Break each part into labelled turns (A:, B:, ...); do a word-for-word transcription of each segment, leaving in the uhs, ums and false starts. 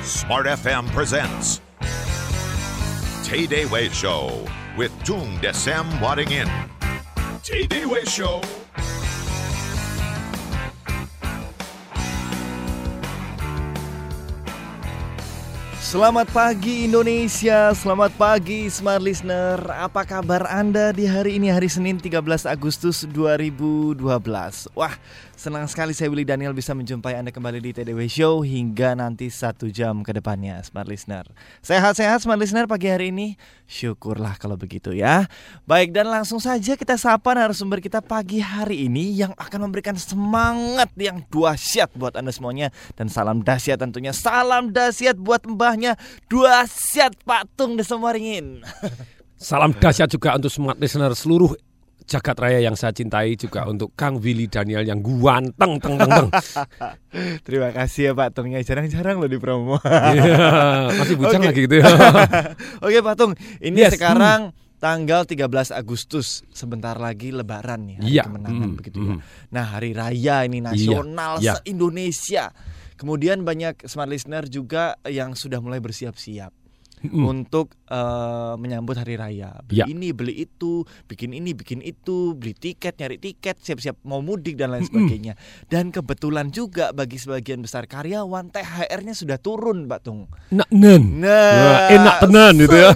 A: Smart F M presents Tay Day Way Show with Tung Desem Waddingin. Tay Day Way Show.
B: Selamat pagi Indonesia, selamat pagi Smart Listener. Apa kabar Anda di hari ini, hari Senin tiga belas Agustus dua ribu dua belas? Wah, senang sekali saya Willy Daniel bisa menjumpai Anda kembali di T D W Show hingga nanti satu jam ke depannya, Smart Listener. Sehat-sehat Smart Listener pagi hari ini? Syukurlah kalau begitu ya. Baik, dan langsung saja kita sapa narasumber kita pagi hari ini yang akan memberikan semangat yang dahsyat buat Anda semuanya. Dan salam dahsyat tentunya, salam dahsyat buat mbahnya dahsyat Pak Tung Desem Waddingin.
C: Salam dahsyat juga untuk Smart Listener seluruh jagat raya yang saya cintai, juga untuk Kang Willy Daniel yang guanteng teng teng teng.
B: Terima kasih ya Pak Tung, ya jarang-jarang loh di promo.
C: Yeah, masih bujang okay. lagi gitu ya.
B: Oke Pak Tung, ini
C: yes.
B: sekarang tanggal tiga belas Agustus, sebentar lagi Lebaran ya, hari
C: yeah.
B: kemenangan
C: mm,
B: begitu
C: mm.
B: ya. Nah, hari raya ini nasional
C: yeah.
B: se-Indonesia. Kemudian banyak Smart Listener juga yang sudah mulai bersiap-siap Mm. untuk uh, menyambut hari raya. Beli
C: ya.
B: ini, beli itu, bikin ini, bikin itu, beli tiket, nyari tiket, siap-siap mau mudik dan lain sebagainya. Mm. Dan kebetulan juga bagi sebagian besar karyawan T H R-nya sudah turun, Pak Tung.
C: Nah, nen.
B: Nah,
C: enak tenan gitu ya.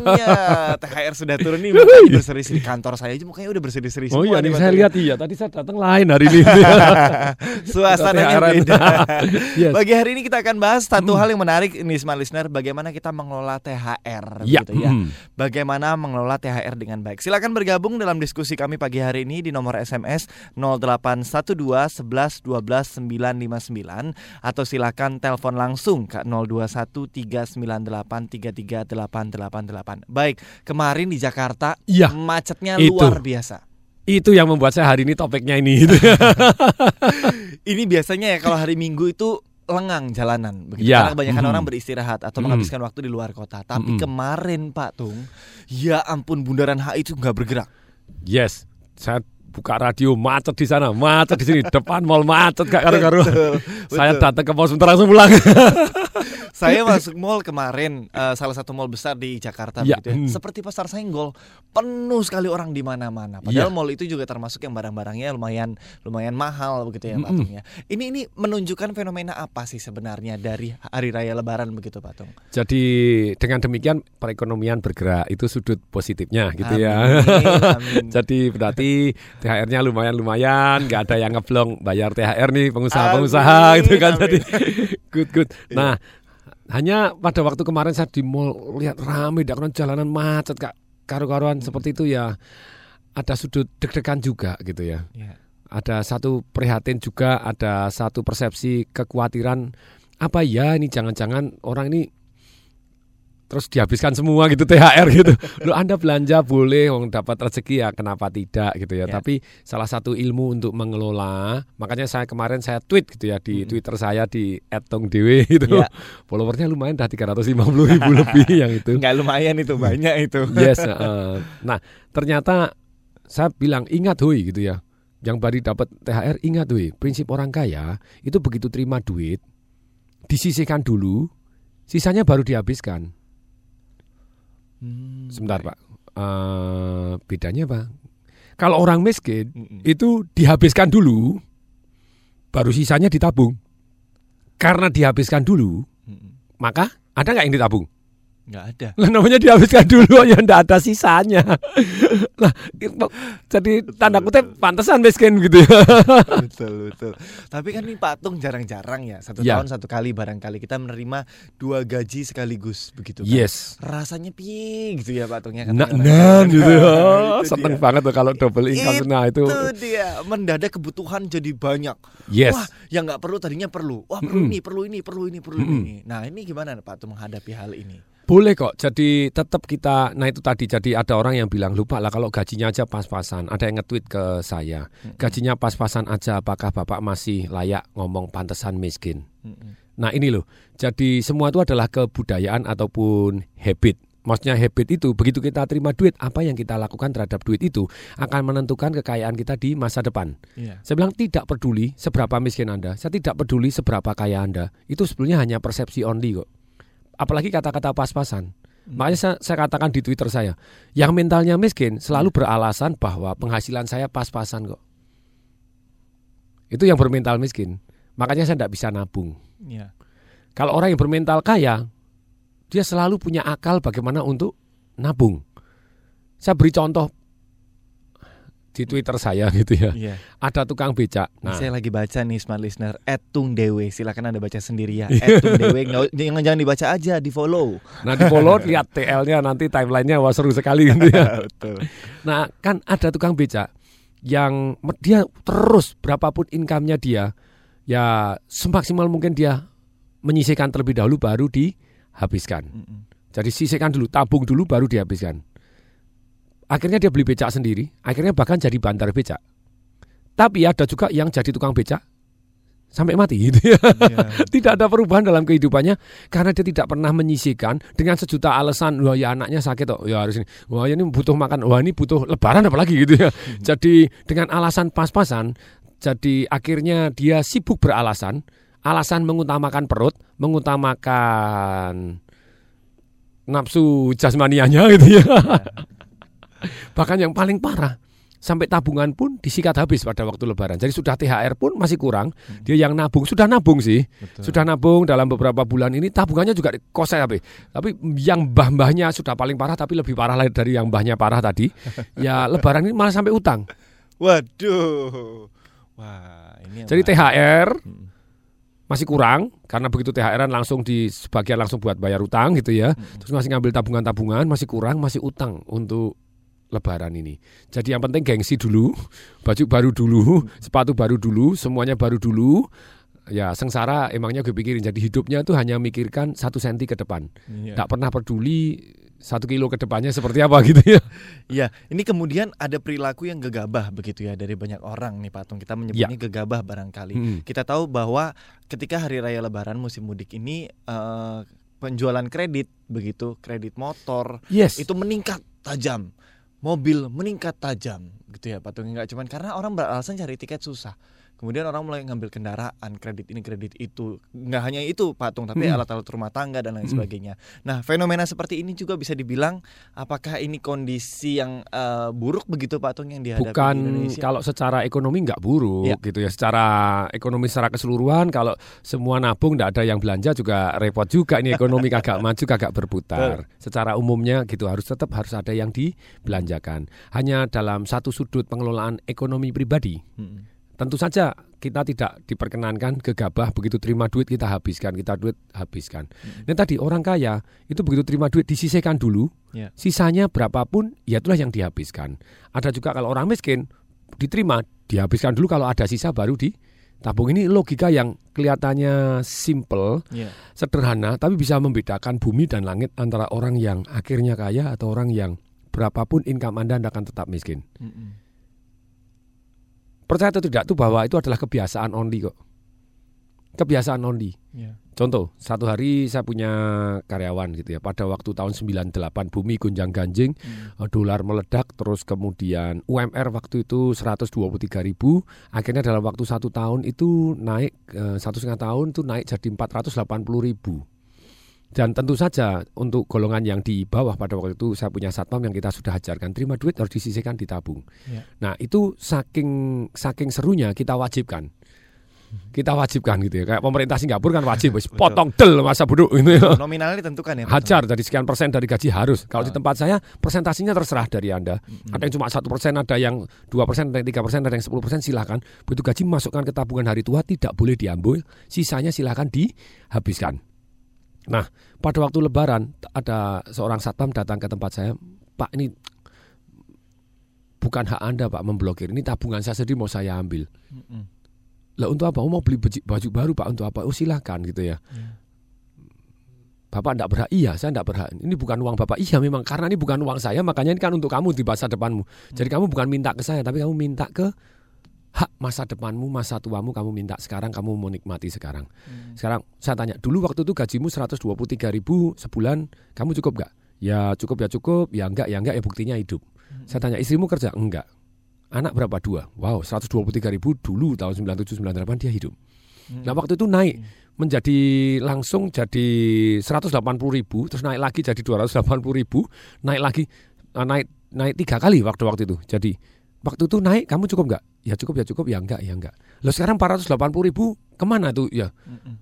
B: T H R sudah turun nih, mukanya berseri-seri. Kantor saya aja mukanya udah berseri-seri semua.
C: Oh iya,
B: nih,
C: saya lihat iya. Tadi saya datang lain hari ini.
B: Suasananya beda.
C: Yes.
B: Bagi hari ini kita akan bahas satu mm. hal yang menarik ini Smart Listener, bagaimana kita mengelola T H R
C: ya.
B: gitu ya.
C: Hmm.
B: Bagaimana mengelola T H R dengan baik. Silakan bergabung dalam diskusi kami pagi hari ini di nomor S M S nol delapan satu dua sebelas dua belas sembilan lima sembilan atau silakan telepon langsung ke nol dua satu tiga sembilan delapan tiga tiga delapan delapan delapan. Baik, kemarin di Jakarta ya, macetnya
C: itu.
B: luar biasa.
C: Itu yang membuat saya hari ini topiknya ini.
B: Ini biasanya ya kalau hari Minggu itu lengang jalanan begitu,
C: ya.
B: karena kebanyakan
C: mm.
B: orang beristirahat atau mm. menghabiskan waktu di luar kota. Tapi
C: mm.
B: kemarin Pak Tung, ya ampun, bundaran H I itu nggak bergerak.
C: Yes, saya buka radio macet di sana, macet di sini, depan mall macet gak karu-karu. Saya datang ke mall sebentar langsung pulang.
B: Saya masuk mall kemarin, uh, salah satu mall besar di Jakarta
C: ya.
B: begitu ya. Hmm. Seperti Pasar Senggol, penuh sekali orang di mana-mana. Padahal
C: ya.
B: mall itu juga termasuk yang barang-barangnya lumayan lumayan mahal begitu ya, Pak Tung ya. Ini ini menunjukkan fenomena apa sih sebenarnya dari hari raya Lebaran begitu, Pak Tung?
C: Jadi dengan demikian perekonomian bergerak, itu sudut positifnya gitu
B: amin,
C: ya.
B: Amin.
C: Jadi berarti T H R-nya lumayan-lumayan, nggak ada yang ngeblong bayar T H R nih pengusaha-pengusaha gitu kan. Jadi good good. Nah, hanya pada waktu kemarin saya di mall lihat ramai, karena jalanan macet kak, karu-karuan hmm. seperti itu ya. Ada sudut deg-degan juga gitu ya. Yeah. Ada satu prihatin juga, ada satu persepsi kekhawatiran, apa ya ini jangan-jangan orang ini terus dihabiskan semua gitu T H R gitu. Loh, Anda belanja boleh, wong dapat rezeki ya kenapa tidak gitu ya. Yeah. Tapi salah satu ilmu untuk mengelola, makanya saya kemarin saya tweet gitu ya di mm-hmm. Twitter saya di et tong dewe gitu. Yeah. Followernya lumayan dah tiga ratus lima puluh ribu lebih yang itu.
B: Enggak lumayan itu, banyak itu.
C: Yes, uh, nah, ternyata saya bilang ingat hoi gitu ya. Yang baru dapat T H R ingat hoi, prinsip orang kaya itu begitu terima duit disisihkan dulu, sisanya baru dihabiskan. Hmm, Sebentar baik. Pak, uh, bedanya apa? Kalau orang miskin Mm-mm. itu dihabiskan dulu, baru sisanya ditabung. Karena dihabiskan dulu, Mm-mm. maka ada nggak yang ditabung?
B: Nggak ada.
C: Lah namanya dihabiskan dulu ya nggak ada sisanya. Lah jadi tanda kutip pantesan miskin gitu ya.
B: Betul betul. Tapi kan ini Pak Tung jarang-jarang ya satu
C: ya.
B: tahun satu kali barangkali kita menerima dua gaji sekaligus begitu kan.
C: Yes.
B: Rasanya piye gitu ya Pak Tung ya.
C: Nah, nah gitu. Oh, seneng dia. Banget tuh kalau double income. Nah itu.
B: Itu dia mendadak kebutuhan jadi banyak.
C: Yes.
B: Wah yang nggak perlu tadinya perlu. Wah perlu mm. ini perlu ini perlu ini perlu mm. ini. Nah ini gimana Pak Tung menghadapi hal ini?
C: Boleh kok, jadi tetap kita, nah itu tadi, jadi ada orang yang bilang lupa lah kalau gajinya aja pas-pasan. Ada yang nge-tweet ke saya, gajinya pas-pasan aja, apakah Bapak masih layak ngomong pantesan miskin? Nah ini loh, jadi semua itu adalah kebudayaan ataupun habit. Maksudnya habit itu, begitu kita terima duit, apa yang kita lakukan terhadap duit itu akan menentukan kekayaan kita di masa depan. Yeah. Saya bilang tidak peduli seberapa miskin Anda, saya tidak peduli seberapa kaya Anda. Itu sebenarnya hanya persepsi only kok. apalagi kata-kata pas-pasan. Makanya saya, saya katakan di Twitter saya, yang mentalnya miskin selalu beralasan bahwa penghasilan saya pas-pasan kok. Itu yang bermental miskin. Makanya saya tidak bisa nabung.
B: Ya.
C: Kalau orang yang bermental kaya, dia selalu punya akal bagaimana untuk nabung. Saya beri contoh di Twitter saya gitu ya.
B: Yeah.
C: Ada tukang becak.
B: Nah, saya lagi baca nih smart listener at tungdewe. Silakan Anda baca sendiri ya. at tungdewe. Jangan jangan dibaca aja, di follow.
C: Nah, di follow lihat T L-nya nanti timeline-nya wah seru sekali gitu ya.
B: Betul.
C: Nah, kan ada tukang becak yang dia terus berapapun income-nya dia, ya semaksimal mungkin dia menyisihkan terlebih dahulu baru dihabiskan. Mm-mm. Jadi sisihkan dulu, tabung dulu baru dihabiskan. Akhirnya dia beli becak sendiri, akhirnya bahkan jadi bantar becak. Tapi ada juga yang jadi tukang becak sampai mati gitu ya. Yeah. Tidak ada perubahan dalam kehidupannya karena dia tidak pernah menyisihkan dengan sejuta alasan. Wah ya anaknya sakit kok, ya harus ini. Wah ini butuh makan, wah ini butuh lebaran apalagi gitu ya. Hmm. Jadi dengan alasan pas-pasan, jadi akhirnya dia sibuk beralasan. Alasan mengutamakan perut, mengutamakan nafsu jasmanianya gitu ya. Bahkan yang paling parah, sampai tabungan pun disikat habis pada waktu lebaran. Jadi sudah T H R pun masih kurang. Dia yang nabung, sudah nabung sih. Betul. Sudah nabung dalam beberapa bulan ini, tabungannya juga kosek habis. Tapi yang mbah-mbahnya sudah paling parah, tapi lebih parah lagi dari yang mbahnya parah tadi. Ya lebaran ini malah sampai utang.
B: Waduh. Wah, ini
C: jadi T H R masih kurang karena begitu T H R-an langsung di sebagian langsung buat bayar utang gitu ya. Hmm. Terus masih ngambil tabungan-tabungan, masih kurang, masih utang untuk lebaran ini. Jadi yang penting gengsi dulu, baju baru dulu, sepatu baru dulu, semuanya baru dulu. Ya sengsara emangnya gue pikirin. Jadi hidupnya tuh hanya mikirkan satu senti ke depan. Yeah. Gak pernah peduli satu kilo ke depannya seperti apa gitu ya.
B: Iya, ini kemudian ada perilaku yang gegabah begitu ya dari banyak orang nih Pak Tung. Kita menyebutnya ya. gegabah barangkali. Hmm. Kita tahu bahwa ketika hari raya lebaran musim mudik ini uh, penjualan kredit begitu, kredit motor
C: yes.
B: itu meningkat tajam. Mobil meningkat tajam gitu ya Pak Tung. Enggak cuman karena orang beralasan cari tiket susah. Kemudian orang mulai ngambil kendaraan, kredit ini, kredit itu. Nggak hanya itu Pak Tung, tapi hmm. alat-alat rumah tangga dan lain hmm. sebagainya. Nah, fenomena seperti ini juga bisa dibilang, apakah ini kondisi yang uh, buruk begitu Pak Tung yang dihadapi
C: Bukan,
B: di Indonesia?
C: Kalau secara ekonomi nggak buruk ya. gitu ya. Secara ekonomi secara keseluruhan, kalau semua nabung nggak ada yang belanja juga repot juga. Ini ekonomi kagak maju, kagak berputar. Secara umumnya gitu harus tetap harus ada yang dibelanjakan. Hanya dalam satu sudut pengelolaan ekonomi pribadi. Hmm. Tentu saja kita tidak diperkenankan gegabah, begitu terima duit kita habiskan, kita duit habiskan. Hmm. Ini tadi orang kaya itu begitu terima duit disisihkan dulu, yeah. sisanya berapapun ya itulah yang dihabiskan. Ada juga kalau orang miskin diterima dihabiskan dulu, kalau ada sisa baru ditabung. Ini logika yang kelihatannya simple, yeah. sederhana, tapi bisa membedakan bumi dan langit antara orang yang akhirnya kaya atau orang yang berapapun income Anda, Anda akan tetap miskin. Hmm. Percaya atau tidak tuh bahwa itu adalah kebiasaan only kok. Kebiasaan only. Yeah. Contoh, satu hari saya punya karyawan gitu ya. Pada waktu tahun sembilan puluh delapan bumi gonjang-ganjing, hmm. dolar meledak, terus kemudian U M R waktu itu seratus dua puluh tiga ribu. Akhirnya dalam waktu satu tahun itu naik, eh, satu setengah tahun itu naik jadi empat ratus delapan puluh ribu. Dan tentu saja untuk golongan yang di bawah pada waktu itu saya punya satpam yang kita sudah ajarkan terima duit harus disisihkan ditabung. Ya. Nah itu saking saking serunya kita wajibkan, kita wajibkan gitu ya. Kayak pemerintah Singapura kan wajib, potong del masa bodoh ini.
B: Nominalnya ditentukan ya.
C: Hajar dari sekian persen dari gaji harus. Kalau oh. di tempat saya persentasinya terserah dari Anda. Mm-hmm. Ada yang cuma satu persen, ada yang dua persen, ada yang tiga persen, ada yang sepuluh persen silakan. Begitu gaji masukkan ke tabungan hari tua tidak boleh diambil, sisanya silakan dihabiskan. Nah, pada waktu lebaran ada seorang satpam datang ke tempat saya, Pak ini bukan hak Anda Pak memblokir, ini tabungan saya sendiri mau saya ambil. Mm-mm. Lah untuk apa? Oh, mau beli baju baru Pak, untuk apa? Oh silakan gitu ya. Yeah. Bapak enggak berhak, iya saya enggak berhak. Ini bukan uang Bapak, iya memang karena ini bukan uang saya, makanya ini kan untuk kamu di masa depanmu. Mm. Jadi kamu bukan minta ke saya, tapi kamu minta ke hak masa depanmu, masa tuamu, kamu minta sekarang, kamu mau nikmati sekarang. Hmm. Sekarang saya tanya, dulu waktu itu gajimu seratus dua puluh tiga ribu sebulan, kamu cukup gak? Ya cukup ya cukup, ya enggak, ya enggak, ya buktinya hidup. Hmm. Saya tanya, istrimu kerja? Enggak. Anak berapa? Dua. Wow, seratus dua puluh tiga ribu dulu tahun sembilan puluh tujuh sembilan puluh delapan dia hidup. Hmm. Nah waktu itu naik, menjadi langsung jadi seratus delapan puluh ribu, terus naik lagi jadi dua ratus delapan puluh ribu, naik lagi uh, naik naik tiga kali waktu-waktu itu. Jadi waktu itu naik, kamu cukup nggak? Ya cukup, ya cukup, ya enggak, ya enggak. Loh sekarang empat ratus delapan puluh ribu kemana tuh? Ya,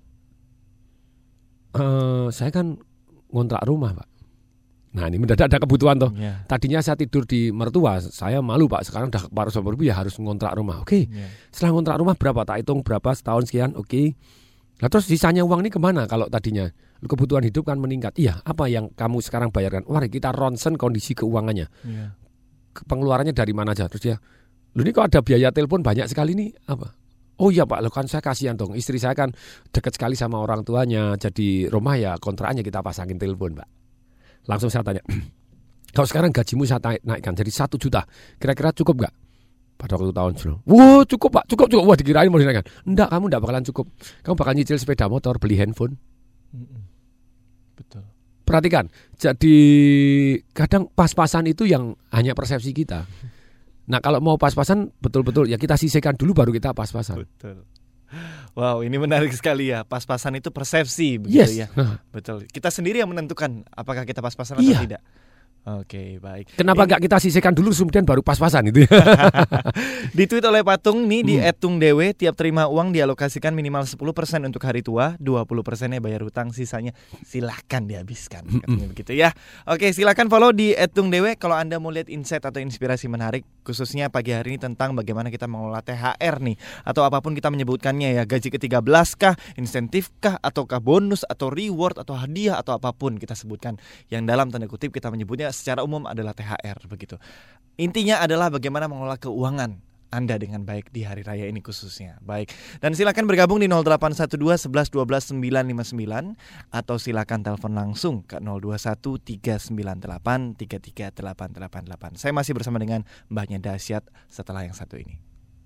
C: uh, saya kan ngontrak rumah, Pak. Nah ini mendadak ada kebutuhan toh. Yeah. Tadinya saya tidur di mertua, saya malu Pak. Sekarang udah empat ratus delapan puluh ribu ya harus ngontrak rumah. Oke, okay. Yeah. Setelah ngontrak rumah berapa? Tak hitung berapa setahun sekian. Oke. Okay. Nah terus sisanya uang ini kemana? Kalau tadinya kebutuhan hidup kan meningkat. Iya, apa yang kamu sekarang bayarkan? Wah kita ronsen kondisi keuangannya. Yeah. Pengeluarannya dari mana aja? Terus ya, lu ini kok ada biaya telepon banyak sekali nih? Apa? Oh iya Pak, lo kan saya kasihan dong. Istri saya kan dekat sekali sama orang tuanya. Jadi rumah ya kontraknya kita pasangin telepon Pak. Langsung saya tanya, kalau sekarang gajimu saya naik, naikkan jadi satu juta, kira-kira cukup gak? Pada waktu tahun sebelum, wah cukup Pak, cukup cukup. Wah dikirain mau dinaikkan. Enggak, kamu enggak bakalan cukup. Kamu bakal nyicil sepeda motor, beli handphone.
B: Betul.
C: Perhatikan, jadi kadang pas-pasan itu yang hanya persepsi kita. Nah kalau mau pas-pasan, betul-betul ya kita sisihkan dulu baru kita pas-pasan. Betul.
B: Wow, ini menarik sekali ya. Pas-pasan itu persepsi begitu
C: yes.
B: ya. Betul. Kita sendiri yang menentukan apakah kita pas-pasan atau
C: iya.
B: tidak. Oke, baik.
C: Kenapa enggak kita sisihkan dulu kemudian baru pas-pasan itu?
B: Ditweet oleh Patung nih di et tung dewe, tiap terima uang dialokasikan minimal sepuluh persen untuk hari tua, dua puluh persennya bayar hutang, sisanya silahkan dihabiskan. Katanya begitu ya. Oke, silakan follow di et tung dewe kalau Anda mau lihat insight atau inspirasi menarik khususnya pagi hari ini tentang bagaimana kita mengelola T H R nih atau apapun kita menyebutkannya ya, gaji ke tiga belas kah, insentif kah, ataukah bonus atau reward atau hadiah atau apapun kita sebutkan yang dalam tanda kutip kita menyebutnya secara umum adalah T H R begitu. Intinya adalah bagaimana mengelola keuangan Anda dengan baik di hari raya ini khususnya. Baik. Dan silakan bergabung di nol delapan satu dua sebelas dua belas sembilan lima sembilan atau silakan telepon langsung ke nol dua satu tiga sembilan delapan tiga tiga delapan delapan delapan. Saya masih bersama dengan Mbahnya Dahsyat setelah yang satu ini.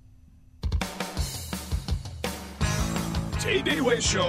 A: Tay-Day Way Show.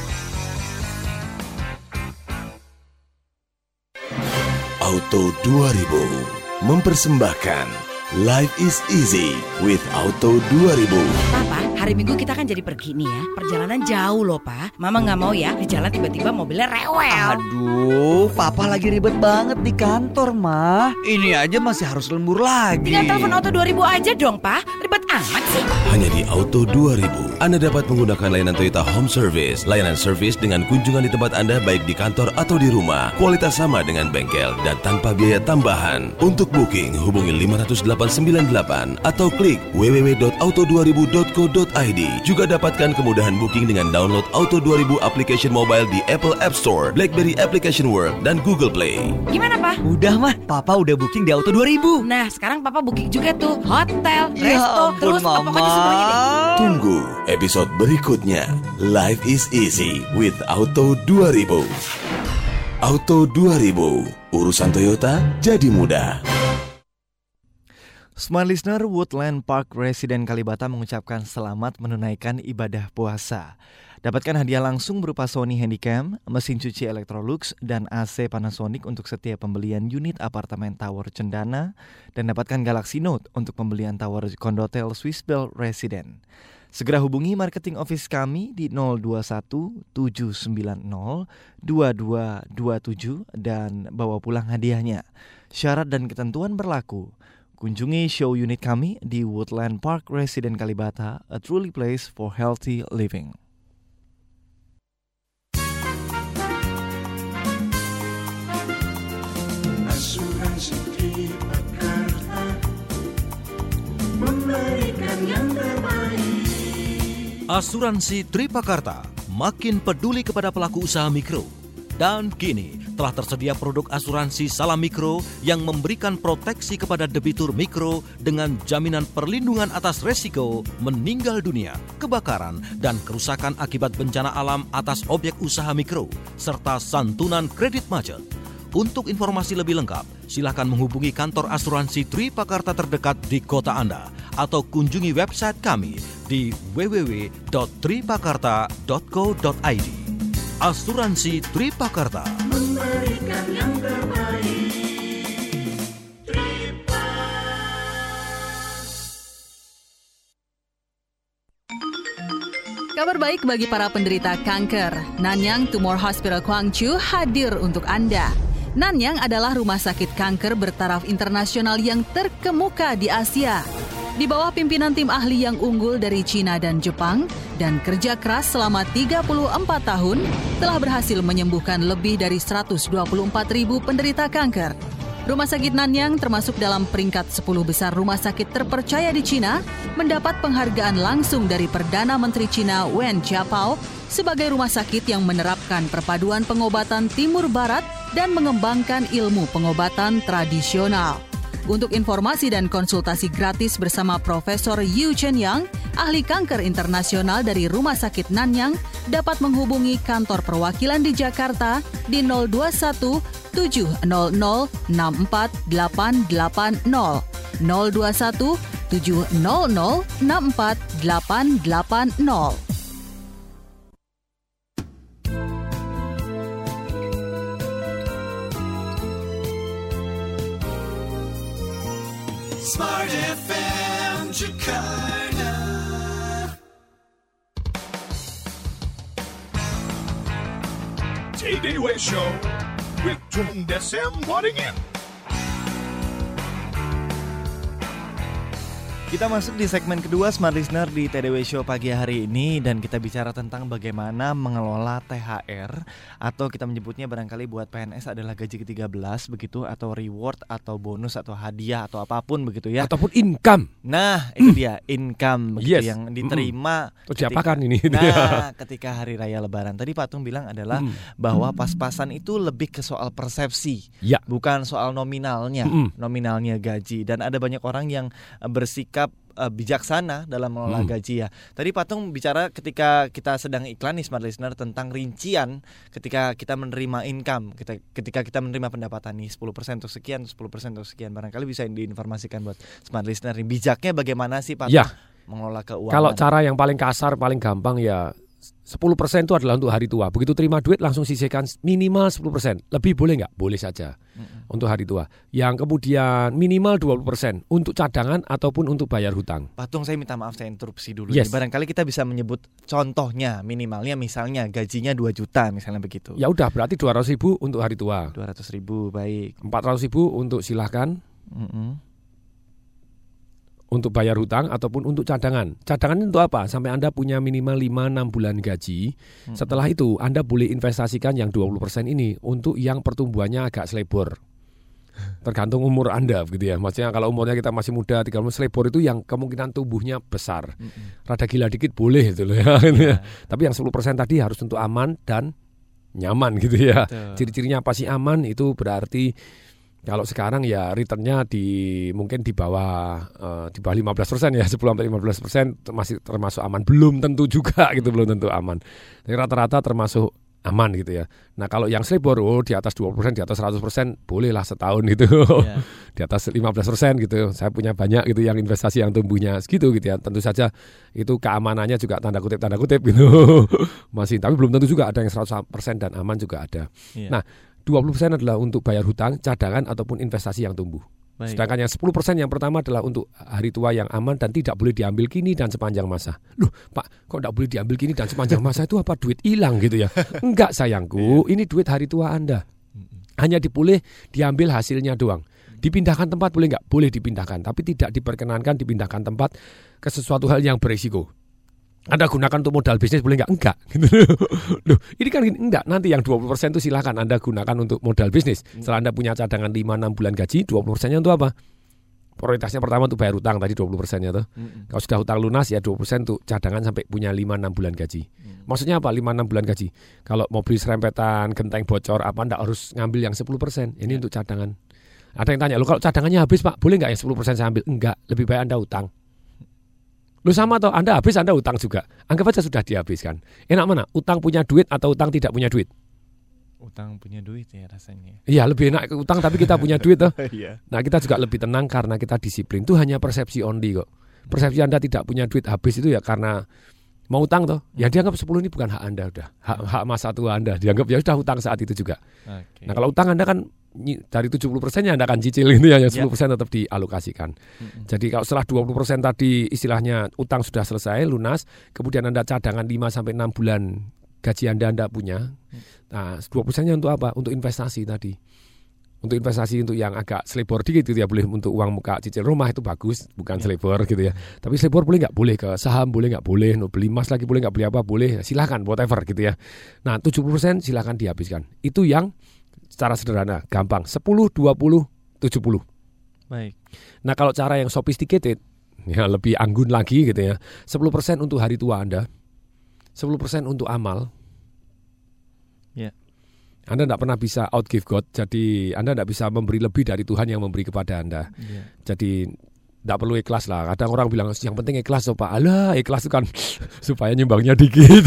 D: Auto dua ribu mempersembahkan Life is Easy with Auto dua ribu.
E: Papa, hari Minggu kita kan jadi pergi nih ya. Perjalanan jauh loh Pak. Mama gak mau ya di jalan tiba-tiba mobilnya rewel.
F: Aduh, Papa lagi ribet banget di kantor mah. Ini aja masih harus lembur lagi.
E: Tinggal telepon Auto dua ribu aja dong Pak. Ribet amat sih.
D: Hanya di Auto dua ribu Anda dapat menggunakan layanan Toyota Home Service. Layanan service dengan kunjungan di tempat Anda baik di kantor atau di rumah. Kualitas sama dengan bengkel dan tanpa biaya tambahan. Untuk booking hubungi lima delapan sembilan delapan atau klik w w w dot auto dua ribu dot co dot i d. Juga dapatkan kemudahan booking dengan download Auto dua ribu application mobile di Apple App Store, BlackBerry Application World, dan Google Play.
E: Gimana Pak?
F: Udah mah, Papa udah booking di Auto dua ribu.
E: Nah sekarang Papa booking juga tuh hotel,
F: ya
E: resto,
F: ampun,
E: terus
F: Mama.
E: pokoknya semuanya deh.
D: Tunggu episode berikutnya. Life is Easy with Auto dua ribu. Auto dua ribu, urusan Toyota jadi mudah.
B: Smart Listener, Woodland Park Resident Kalibata mengucapkan selamat menunaikan ibadah puasa. Dapatkan hadiah langsung berupa Sony Handycam, mesin cuci Electrolux, dan A C Panasonic untuk setiap pembelian unit apartemen Tower Cendana, dan dapatkan Galaxy Note untuk pembelian Tower Condotel Swiss Bell Resident. Segera hubungi marketing office kami di nol dua satu tujuh sembilan nol dua dua dua tujuh dan bawa pulang hadiahnya. Syarat dan ketentuan berlaku. Kunjungi show unit kami di Woodland Park Resident Kalibata, a truly place for healthy living.
G: Asuransi Tripakarta memberikan yang terbaik.
H: Asuransi Tripakarta makin peduli kepada pelaku usaha mikro. Dan kini telah tersedia produk asuransi Salam Mikro yang memberikan proteksi kepada debitur mikro dengan jaminan perlindungan atas resiko meninggal dunia, kebakaran, dan kerusakan akibat bencana alam atas objek usaha mikro, serta santunan kredit macet. Untuk informasi lebih lengkap, silakan menghubungi kantor asuransi Tripakarta terdekat di kota Anda atau kunjungi website kami di w w w dot tripakarta dot co dot i d. Asuransi Tripakarta
G: Memberikan yang terbaik. Tripa.
I: Kabar baik bagi para penderita kanker. Nanyang Tumor Hospital Gwangju hadir untuk Anda. Nanyang adalah rumah sakit kanker bertaraf internasional yang terkemuka di Asia. Di bawah pimpinan tim ahli yang unggul dari Cina dan Jepang dan kerja keras selama tiga puluh empat tahun, telah berhasil menyembuhkan lebih dari seratus dua puluh empat ribu penderita kanker. Rumah sakit Nanyang termasuk dalam peringkat sepuluh besar rumah sakit terpercaya di Cina, mendapat penghargaan langsung dari Perdana Menteri Cina Wen Jiabao sebagai rumah sakit yang menerapkan perpaduan pengobatan Timur Barat dan mengembangkan ilmu pengobatan tradisional. Untuk informasi dan konsultasi gratis bersama Profesor Yu Chen Yang, ahli kanker internasional dari Rumah Sakit Nanyang, dapat menghubungi kantor perwakilan di Jakarta di nol dua satu tujuh nol nol enam empat delapan delapan nol, nol dua satu tujuh nol nol enam empat delapan delapan nol.
G: Smart F M Jakarta.
A: Tay-Day Way Show with Tung Desem Wadding In.
B: Kita masuk di segmen kedua Smart Listener di T D W Show pagi hari ini, dan kita bicara tentang bagaimana mengelola T H R atau kita menyebutnya barangkali buat P N S adalah gaji ke tiga belas begitu, atau reward atau bonus atau hadiah atau apapun begitu ya.
C: Ataupun income.
B: Nah, itu dia income begitu,
C: Yes.
B: yang diterima
C: Atau diapakan ini?
B: Nah, ketika hari raya Lebaran. Tadi Pak Tung bilang adalah
C: Mm.
B: bahwa pas-pasan itu lebih ke soal persepsi,
C: Ya.
B: bukan soal nominalnya,
C: Mm-mm.
B: nominalnya gaji. Dan ada banyak orang yang eh, bersikap eh, bijaksana dalam mengelola
C: Mm.
B: gaji ya. Tadi Pak Tung bicara ketika kita sedang iklan nih Smart Listener tentang rincian ketika kita menerima income, kita, ketika kita menerima pendapatan nih sepuluh persen untuk sekian, sepuluh persen untuk sekian. Barangkali bisa diinformasikan buat Smart Listener nih, bijaknya bagaimana sih Pak Tung
C: Ya.
B: mengelola keuangan?
C: Kalau cara yang paling kasar, paling gampang ya sepuluh persen itu adalah untuk hari tua. Begitu terima duit langsung sisihkan minimal sepuluh persen. Lebih boleh nggak? Boleh saja. Mm-mm. Untuk hari tua. Yang kemudian minimal dua puluh persen untuk cadangan ataupun untuk bayar hutang.
B: Patung, saya minta maaf saya interupsi dulu.
C: Yes.
B: Nih. Barangkali kita bisa menyebut contohnya, minimalnya misalnya gajinya dua juta misalnya begitu.
C: Ya udah, berarti dua ratus ribu untuk hari tua.
B: dua ratus ribu, baik.
C: empat ratus ribu untuk silahkan.
B: Mm-mm.
C: Untuk bayar hutang ataupun untuk cadangan. Cadangan itu untuk apa? Sampai Anda punya minimal lima enam bulan gaji. Hmm. Setelah itu Anda boleh investasikan yang dua puluh persen ini untuk yang pertumbuhannya agak selebor. Tergantung umur Anda gitu ya. Maksudnya kalau umurnya kita masih muda, tiga puluh, selebor itu yang kemungkinan tumbuhnya besar. Hmm. Rada gila dikit boleh gitu loh ya. Yeah. Tapi yang sepuluh persen tadi harus untuk aman dan nyaman gitu ya. Betul. Ciri-cirinya apa sih aman? Itu berarti kalau sekarang ya returnnya di mungkin di bawah uh, di bawah lima belas persen ya, sepuluh sampai lima belas persen masih termasuk aman. Belum tentu juga gitu, belum tentu aman. Tapi rata-rata termasuk aman gitu ya. Nah, kalau yang selebor oh di atas dua puluh persen, di atas seratus persen bolehlah setahun gitu. Yeah. Di atas lima belas persen gitu. Saya punya banyak gitu yang investasi yang tumbuhnya segitu gitu ya. Tentu saja itu keamanannya juga tanda kutip tanda kutip gitu. Masih, tapi belum tentu juga ada yang seratus persen dan aman juga ada. Yeah. Nah, dua puluh persen adalah untuk bayar hutang, cadangan ataupun investasi yang tumbuh. Baik. Sedangkan yang sepuluh persen yang pertama adalah untuk hari tua yang aman dan tidak boleh diambil kini dan sepanjang masa. Loh, Pak, kok tidak boleh diambil kini dan sepanjang masa itu apa? Duit hilang gitu ya? Enggak sayangku, ini duit hari tua Anda. Hanya diboleh diambil hasilnya doang. Dipindahkan tempat boleh enggak? Boleh dipindahkan, tapi tidak diperkenankan dipindahkan tempat ke sesuatu hal yang berisiko. Anda gunakan untuk modal bisnis boleh enggak? Enggak. Loh, ini kan enggak. Nanti yang dua puluh persen itu silakan Anda gunakan untuk modal bisnis. Setelah Anda punya cadangan lima enam bulan gaji, dua puluh persennya untuk apa? Prioritasnya pertama untuk bayar hutang tadi dua puluh persennya tuh. Mm-hmm. Kalau sudah hutang lunas ya dua puluh persen untuk cadangan sampai punya lima enam bulan gaji. Mm. Maksudnya apa lima enam bulan gaji? Kalau mau beli serempetan, genteng bocor apa Anda harus ngambil yang sepuluh persen. Ini yeah. untuk cadangan. Ada yang tanya, "Loh kalau cadangannya habis, Pak, boleh enggak yang sepuluh persen saya ambil?" Enggak, lebih baik Anda hutang. Lu sama toh, Anda habis Anda utang juga. Anggap aja sudah dihabiskan. Enak mana? Utang punya duit atau utang tidak punya duit?
B: Utang punya duit ya rasanya.
C: Iya, lebih enak utang tapi kita punya duit toh. Nah, kita juga lebih tenang karena kita disiplin. Itu hanya persepsi only kok. Persepsi Anda tidak punya duit habis itu ya karena mau utang toh, ya dianggap sepuluh ini bukan hak Anda udah, hak, hak masa tua Anda, dianggap ya sudah hutang saat itu juga.
B: Okay.
C: Nah kalau utang Anda kan dari tujuh puluh persennya Anda akan cicil itu ya, yang sepuluh persen tetap dialokasikan. Mm-hmm. Jadi kalau setelah dua puluh persen tadi istilahnya utang sudah selesai, lunas, kemudian Anda cadangan lima sampai enam bulan gaji Anda Anda punya. Nah, dua puluh persennya untuk apa? Untuk investasi tadi. Untuk investasi untuk yang agak selebor dikit gitu ya, boleh untuk uang muka cicil rumah itu bagus, bukan selebor gitu ya. Tapi selebor boleh nggak? Boleh ke saham, boleh nggak? Boleh. No, beli emas lagi boleh nggak? Beli apa? Boleh. Silakan, whatever gitu ya. Nah, tujuh puluh persen silakan dihabiskan. Itu yang secara sederhana, gampang. sepuluh, dua puluh, tujuh puluh.
B: Baik.
C: Nah, kalau cara yang sophisticated, ya lebih anggun lagi gitu ya. sepuluh persen untuk hari tua Anda. sepuluh persen untuk amal.
B: Ya.
C: Anda tidak pernah bisa outgive God, jadi Anda tidak bisa memberi lebih dari Tuhan yang memberi kepada Anda. Yeah. Jadi tidak perlu ikhlas lah. Kadang orang bilang yang penting ikhlas, so, Pak. Alah, ikhlas itu kan supaya nyumbangnya dikit.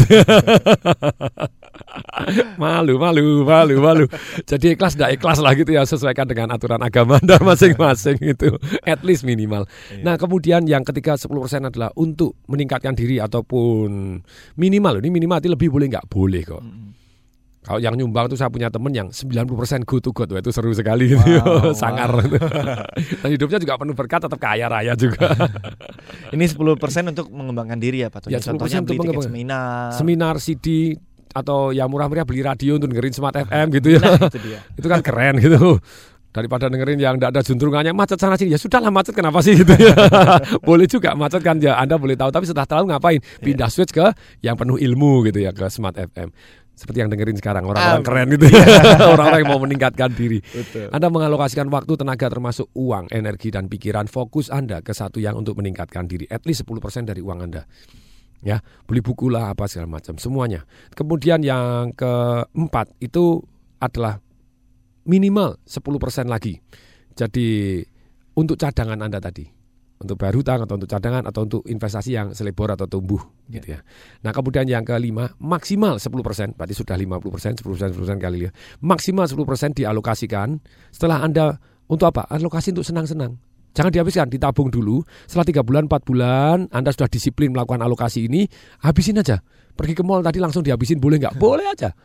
C: malu, malu, malu, malu. Jadi ikhlas tidak ikhlas lah gitu ya, sesuaikan dengan aturan agama Anda masing-masing itu, at least minimal. Yeah. Nah kemudian yang ketiga sepuluh persen adalah untuk meningkatkan diri ataupun minimal. Ini minimal lebih boleh nggak? Boleh kok. Mm-hmm. Kalau yang nyumbang itu saya punya teman yang sembilan puluh persen go to God. Wah, itu seru sekali gitu. Wow, sangar. Wow. Dan hidupnya juga penuh berkat, tetap kaya raya juga.
B: Ini sepuluh persen untuk mengembangkan diri ya Pak Tony.
C: Ya,
B: contohnya beli tiket seminar.
C: Seminar, C D, atau yang murah-murah beli radio untuk dengerin Smart F M gitu ya. Nah, itu dia. Itu kan keren gitu. Daripada dengerin yang tidak ada juntrungannya, macet sana sini. Ya sudahlah macet, kenapa sih gitu ya. Boleh juga macet kan ya, Anda boleh tahu. Tapi setelah tahu ngapain? Pindah switch ke yang penuh ilmu gitu ya, ke Smart F M. Seperti yang dengerin sekarang, orang-orang um, keren gitu ya. Orang-orang yang mau meningkatkan diri. Betul. Anda mengalokasikan waktu, tenaga, termasuk uang, energi, dan pikiran, fokus Anda ke satu yang untuk meningkatkan diri. At least sepuluh persen dari uang Anda. Ya, beli buku lah, apa segala macam, semuanya. Kemudian yang keempat itu adalah minimal sepuluh persen lagi. Jadi untuk cadangan Anda tadi. Untuk bayar hutang atau untuk cadangan atau untuk investasi yang selebor atau tumbuh yeah. gitu ya. Nah kemudian yang kelima maksimal sepuluh persen, berarti sudah lima puluh persen, sepuluh persen, sepuluh persen kali ya. Maksimal sepuluh persen dialokasikan setelah Anda untuk apa? Alokasi untuk senang-senang. Jangan dihabiskan, ditabung dulu. Setelah tiga bulan, empat bulan Anda sudah disiplin melakukan alokasi ini, habisin aja. Pergi ke mall tadi langsung dihabisin, boleh nggak? Boleh aja.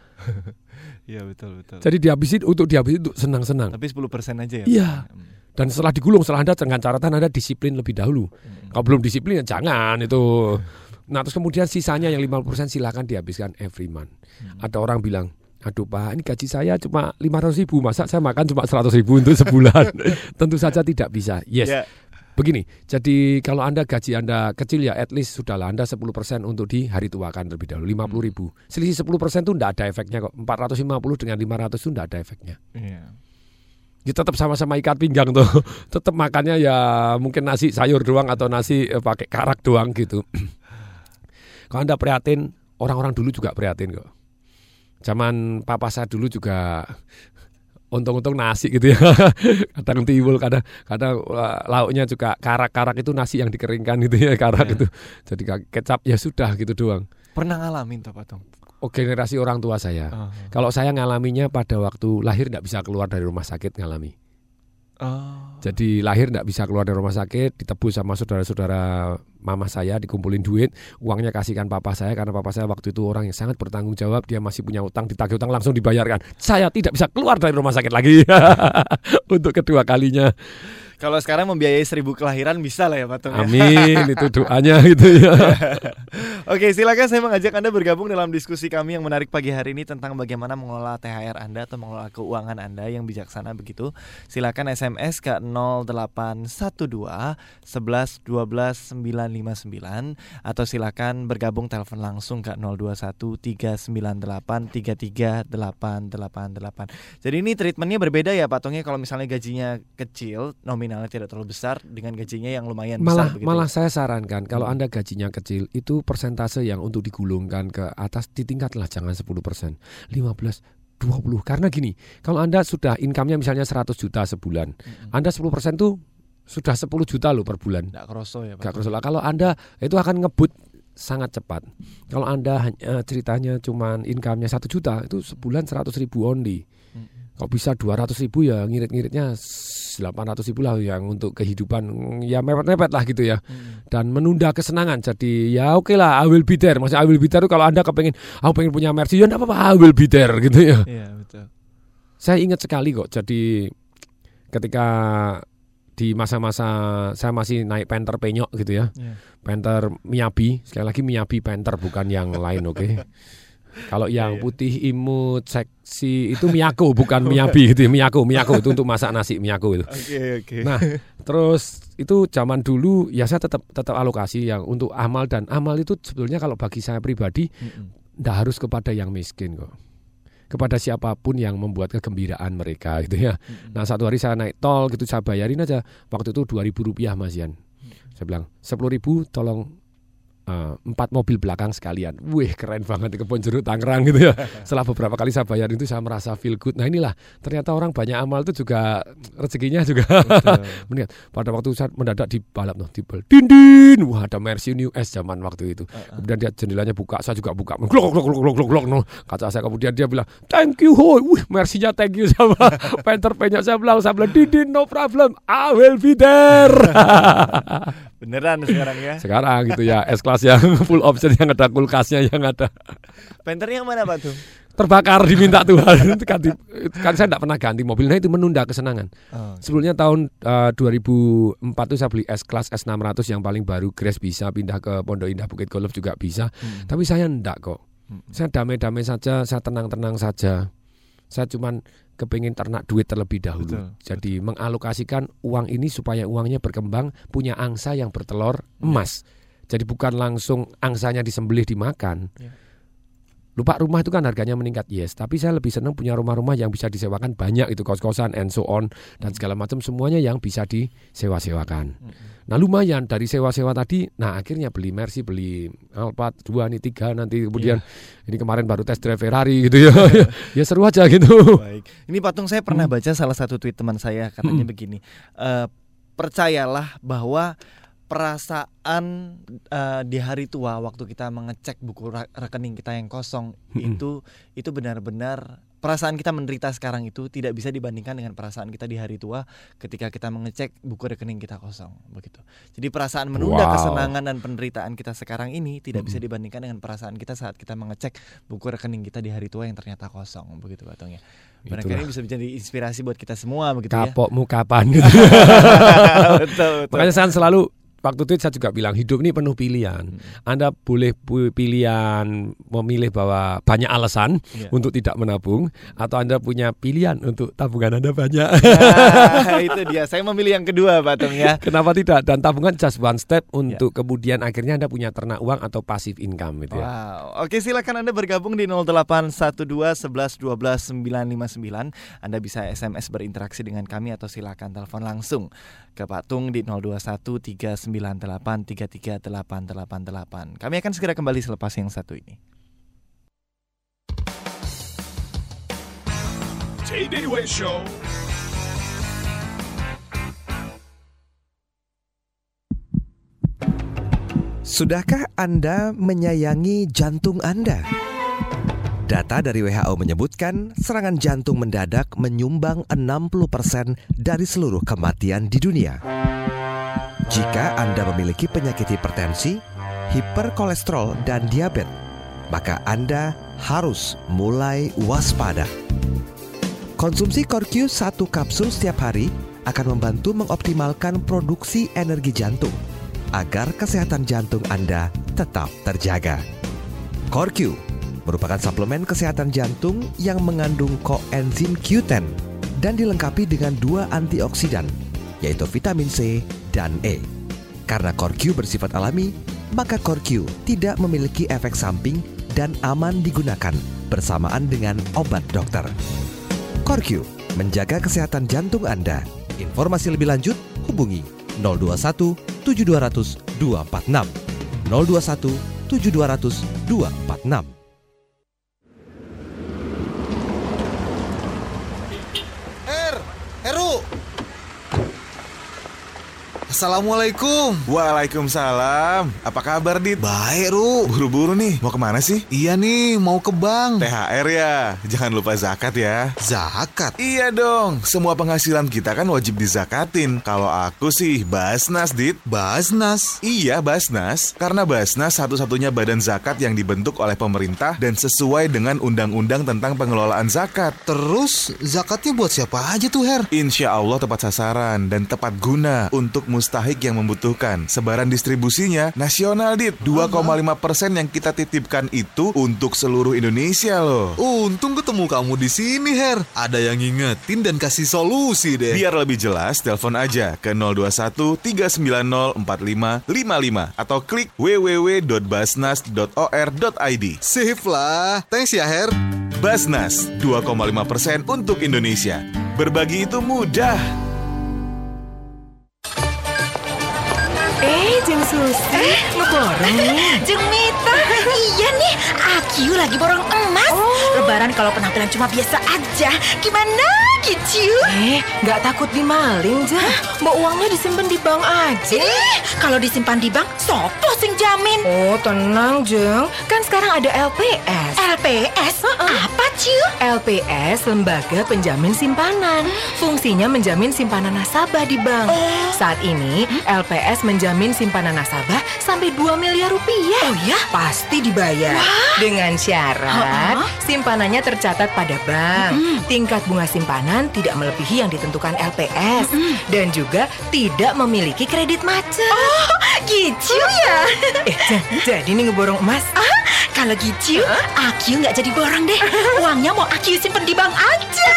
B: Iya betul betul.
C: Jadi dihabisin untuk dihabisin untuk senang-senang.
B: Tapi sepuluh persen aja ya.
C: Iya. Dan setelah digulung, setelah Anda dengan catatan Anda disiplin lebih dahulu. Hmm. Kalau belum disiplin ya jangan itu. Nah terus kemudian sisanya yang lima puluh persen silakan dihabiskan every month. Hmm. Ada orang bilang, aduh Pak, ini gaji saya cuma lima ratus ribu, masa saya makan cuma seratus ribu untuk sebulan? Tentu saja tidak bisa. Yes. Yeah. Begini, jadi kalau Anda gaji Anda kecil ya at least sudahlah Anda sepuluh persen untuk di hari tua kan terlebih dahulu, lima puluh ribu. Selisih sepuluh persen itu tidak ada efeknya kok. empat ratus lima puluh dengan lima ratus itu tidak ada efeknya. Yeah. Ya tetap sama-sama ikat pinggang tuh. Tetap makannya ya mungkin nasi sayur doang atau nasi eh, pakai karak doang gitu. Kalau Anda prihatin, orang-orang dulu juga prihatin kok. Zaman papa saya dulu juga untung-untung nasi gitu ya. Kadang tiwul, kadang kadang lauknya juga karak-karak itu nasi yang dikeringkan gitu ya, karak yeah. itu. Jadi kecap ya sudah gitu doang.
B: Pernah ngalamin toh Pak Tong?
C: Oh, generasi orang tua saya. Uh-huh. Kalau saya ngalaminya pada waktu lahir tidak bisa keluar dari rumah sakit ngalami. Oh. Jadi lahir tidak bisa keluar dari rumah sakit, ditebus sama saudara-saudara mama saya, dikumpulin duit, uangnya kasihkan papa saya karena papa saya waktu itu orang yang sangat bertanggung jawab, dia masih punya utang, ditagih utang langsung dibayarkan. Saya tidak bisa keluar dari rumah sakit lagi untuk kedua kalinya.
B: Kalau sekarang membiayai seribu kelahiran bisa lah ya Pak Tong.
C: Amin, itu doanya gitu ya.
B: Oke, silakan saya mengajak Anda bergabung dalam diskusi kami yang menarik pagi hari ini tentang bagaimana mengelola T H R Anda atau mengelola keuangan Anda yang bijaksana begitu. Silakan S M S ke nol delapan satu dua sebelas dua belas sembilan lima sembilan atau silakan bergabung telepon langsung ke nol dua satu tiga sembilan delapan tiga tiga delapan delapan delapan. Jadi ini treatmentnya berbeda ya Pak Tongnya, kalau misalnya gajinya kecil, nominal tidak terlalu besar dengan gajinya yang lumayan
C: malah,
B: besar begitu.
C: Malah saya sarankan kalau Anda gajinya kecil itu persentase yang untuk digulungkan ke atas ditingkatlah, jangan sepuluh persen, lima belas, dua puluh. Karena gini, kalau Anda sudah income-nya misalnya seratus juta sebulan, mm-hmm. Anda sepuluh persen tuh sudah sepuluh juta loh per bulan.
B: Nggak kroso ya Pak.
C: Nggak kroso lah. Kalau Anda itu akan ngebut sangat cepat. Kalau Anda hanya ceritanya cuman income-nya satu juta, itu sebulan seratus ribu only. Mm-hmm. Kalau bisa dua ratus ribu ya ngirit-ngiritnya delapan ratus ribu lah yang untuk kehidupan ya mepet-mepet lah gitu ya. Hmm. Dan menunda kesenangan. Jadi ya oke okay lah, I will be there. Maksudnya I will be there kalau Anda kepengen, aku pengen punya Mercy, ya enggak apa-apa, I will be there gitu ya.
B: Iya, betul.
C: Saya ingat sekali kok. Jadi ketika di masa-masa saya masih naik Panther penyok gitu ya. Yeah. Panther Miyabi, sekali lagi Miyabi Panther bukan yang lain, oke. Okay? Kalau yang putih imut seksi itu Miyako bukan Miyabi gitu. Miyako, Miyako itu untuk masak nasi, Miyako itu. Oke,
B: okay, oke. Okay.
C: Nah, terus itu zaman dulu ya saya tetap tetap alokasi yang untuk amal, dan amal itu sebetulnya kalau bagi saya pribadi enggak harus kepada yang miskin kok. Kepada siapapun yang membuat kegembiraan mereka gitu ya. Nah, satu hari saya naik tol gitu, saya bayarin aja waktu itu dua ribu rupiah Mas Yan. Saya bilang sepuluh ribu tolong Uh, empat mobil belakang sekalian. Wih, keren banget di Kebon Jeruk Tangerang gitu ya. Setelah beberapa kali saya bayar itu saya merasa feel good. Nah inilah ternyata orang banyak amal itu juga rezekinya juga meningkat. Pada waktu saya mendadak di balap noh, di bal. Din din. Wah, ada Mercy New S zaman waktu itu. Kemudian dia jendelanya buka, saya juga buka. Glok glok glok glok glok noh. Kata saya, kemudian dia bilang, "Thank you hoy." Wih, Mercy-nya thank you sama Panther penyok. Saya bilang, saya bilang, "Din din, no problem. I will be there."
B: Beneran sekarang ya?
C: Sekarang gitu ya, S-Class yang full option, yang ada kulkasnya, yang ada.
B: Panther yang mana Pak Tung?
C: Terbakar diminta Tuhan. Kan, kan saya tidak pernah ganti mobilnya, itu menunda kesenangan. Oh, okay. Sebelumnya tahun uh, dua ribu empat itu saya beli S-Class S enam ratus yang paling baru, Grace bisa, pindah ke Pondok Indah Bukit Golf juga bisa. Hmm. Tapi saya enggak kok. Hmm. Saya damai-damai saja, saya tenang-tenang saja. Saya cuman kepingin ternak duit terlebih dahulu. Betul, Jadi betul. mengalokasikan uang ini supaya uangnya berkembang, punya angsa yang bertelur emas. Ya. Jadi bukan langsung angsanya disembelih dimakan. Ya. Lupa rumah itu kan harganya meningkat, yes. Tapi saya lebih senang punya rumah-rumah yang bisa disewakan banyak, itu kos-kosan and so on dan segala macam, semuanya yang bisa disewa-sewakan. Mm-hmm. Nah lumayan dari sewa-sewa tadi, nah akhirnya beli Mercy, beli Alphard dua, nih tiga, nanti kemudian yeah. ini kemarin baru test drive Ferrari gitu ya. Ya seru aja gitu.
B: Baik. Ini Pak Tung, saya pernah baca salah satu tweet teman saya, katanya hmm. begini, e, percayalah bahwa perasaan uh, di hari tua waktu kita mengecek buku rekening kita yang kosong hmm. itu itu benar-benar perasaan kita menderita sekarang itu tidak bisa dibandingkan dengan perasaan kita di hari tua ketika kita mengecek buku rekening kita kosong, begitu. Jadi perasaan menunda wow. kesenangan dan penderitaan kita sekarang ini tidak hmm. bisa dibandingkan dengan perasaan kita saat kita mengecek buku rekening kita di hari tua yang ternyata kosong, begitu Pak Tung ya. Barangkali bisa menjadi inspirasi buat kita semua, begitu ya.
C: Kapokmu kapan gitu.
B: betul, betul.
C: Makanya saya selalu waktu itu saya juga bilang hidup ini penuh pilihan. Hmm. Anda boleh pilihan memilih bahwa banyak alasan yeah. untuk tidak menabung, atau Anda punya pilihan untuk tabungan Anda banyak.
B: Nah, itu dia. Saya memilih yang kedua, Pak Tung ya.
C: Kenapa tidak? Dan tabungan just one step untuk yeah. kemudian akhirnya Anda punya ternak uang atau passive income gitu ya.
B: Wow. Oke, silakan Anda bergabung di nol delapan satu dua sebelas dua belas sembilan lima sembilan. Anda bisa S M S berinteraksi dengan kami atau silakan telepon langsung ke Pak Tung di nol dua satu tiga sembilan delapan tiga tiga delapan delapan delapan. Kami akan segera kembali selepas yang satu ini.
A: Tay-Day Way Show.
J: Sudahkah Anda menyayangi jantung Anda? Data dari W H O menyebutkan serangan jantung mendadak menyumbang enam puluh persen dari seluruh kematian di dunia. Jika Anda memiliki penyakit hipertensi, hiperkolesterol, dan diabetes, maka Anda harus mulai waspada. Konsumsi Corq satu kapsul setiap hari akan membantu mengoptimalkan produksi energi jantung agar kesehatan jantung Anda tetap terjaga. Corq merupakan suplemen kesehatan jantung yang mengandung koenzim Q sepuluh dan dilengkapi dengan dua antioksidan, yaitu vitamin C dan E. Karena Corq bersifat alami, maka Corq tidak memiliki efek samping dan aman digunakan bersamaan dengan obat dokter. Corq menjaga kesehatan jantung Anda. Informasi lebih lanjut hubungi nol dua satu tujuh dua nol nol dua empat enam nol dua satu tujuh dua nol nol dua empat enam.
K: Assalamualaikum.
L: Waalaikumsalam. Apa kabar, Dit?
K: Baik, Ru.
L: Buru-buru nih, mau kemana sih?
K: Iya nih, mau ke bank.
L: T H R ya, jangan lupa zakat ya.
K: Zakat?
L: Iya dong, semua penghasilan kita kan wajib dizakatin. Kalau aku sih Basnas, Dit.
K: Basnas?
L: Iya, Basnas. Karena Basnas satu-satunya badan zakat yang dibentuk oleh pemerintah dan sesuai dengan undang-undang tentang pengelolaan zakat.
K: Terus, zakatnya buat siapa aja tuh, Her?
L: Insya Allah tepat sasaran dan tepat guna untuk mustahik yang membutuhkan. Sebaran distribusinya nasional, Dit. dua koma lima persen yang kita titipkan itu untuk seluruh Indonesia loh.
K: Untung ketemu kamu di sini, Her. Ada yang ngingetin dan kasih solusi deh.
L: Biar lebih jelas, telepon aja ke nol dua satu tiga sembilan nol empat lima lima lima atau klik w w w dot basnas dot o r dot i d.
K: Sip lah. Thanks ya, Her.
L: Basnas, dua koma lima persen untuk Indonesia. Berbagi itu mudah.
M: Eh, Jeng Susi, eh, ngeborong nih.
E: Jeng Mita, iya nih, Akiu lagi borong emas. Oh. Lebaran kalau penampilan cuma biasa aja, gimana gitu?
M: Eh, nggak takut dimaling, Jeng? Mbak uangnya disimpan di bank aja.
E: Eh, kalau disimpan di bank, sopo sing jamin?
M: Oh, tenang, Jeng. Kan sekarang ada L P S.
E: L P S? Uh-uh. Apa, Ciu?
M: L P S, Lembaga Penjamin Simpanan. Fungsinya menjamin simpanan nasabah di bank.
E: Oh.
M: Saat ini, L P S menjamin simpanan nasabah sampai dua miliar rupiah.
E: Oh ya?
M: Pasti dibayar.
E: Wah.
M: Dengan syarat,
E: uh-uh.
M: simpanannya tercatat pada bank. Mm-hmm. Tingkat bunga simpanan tidak melebihi yang ditentukan L P S. Mm-hmm. Dan juga tidak memiliki kredit macet.
E: Oh, gitu ya?
M: Eh, j- jadi nih ngeborong emas?
E: Ah, kalau gitu, uh-huh. Akiu nggak jadi borong deh. Uangnya mau Akiu simpen di bank aja.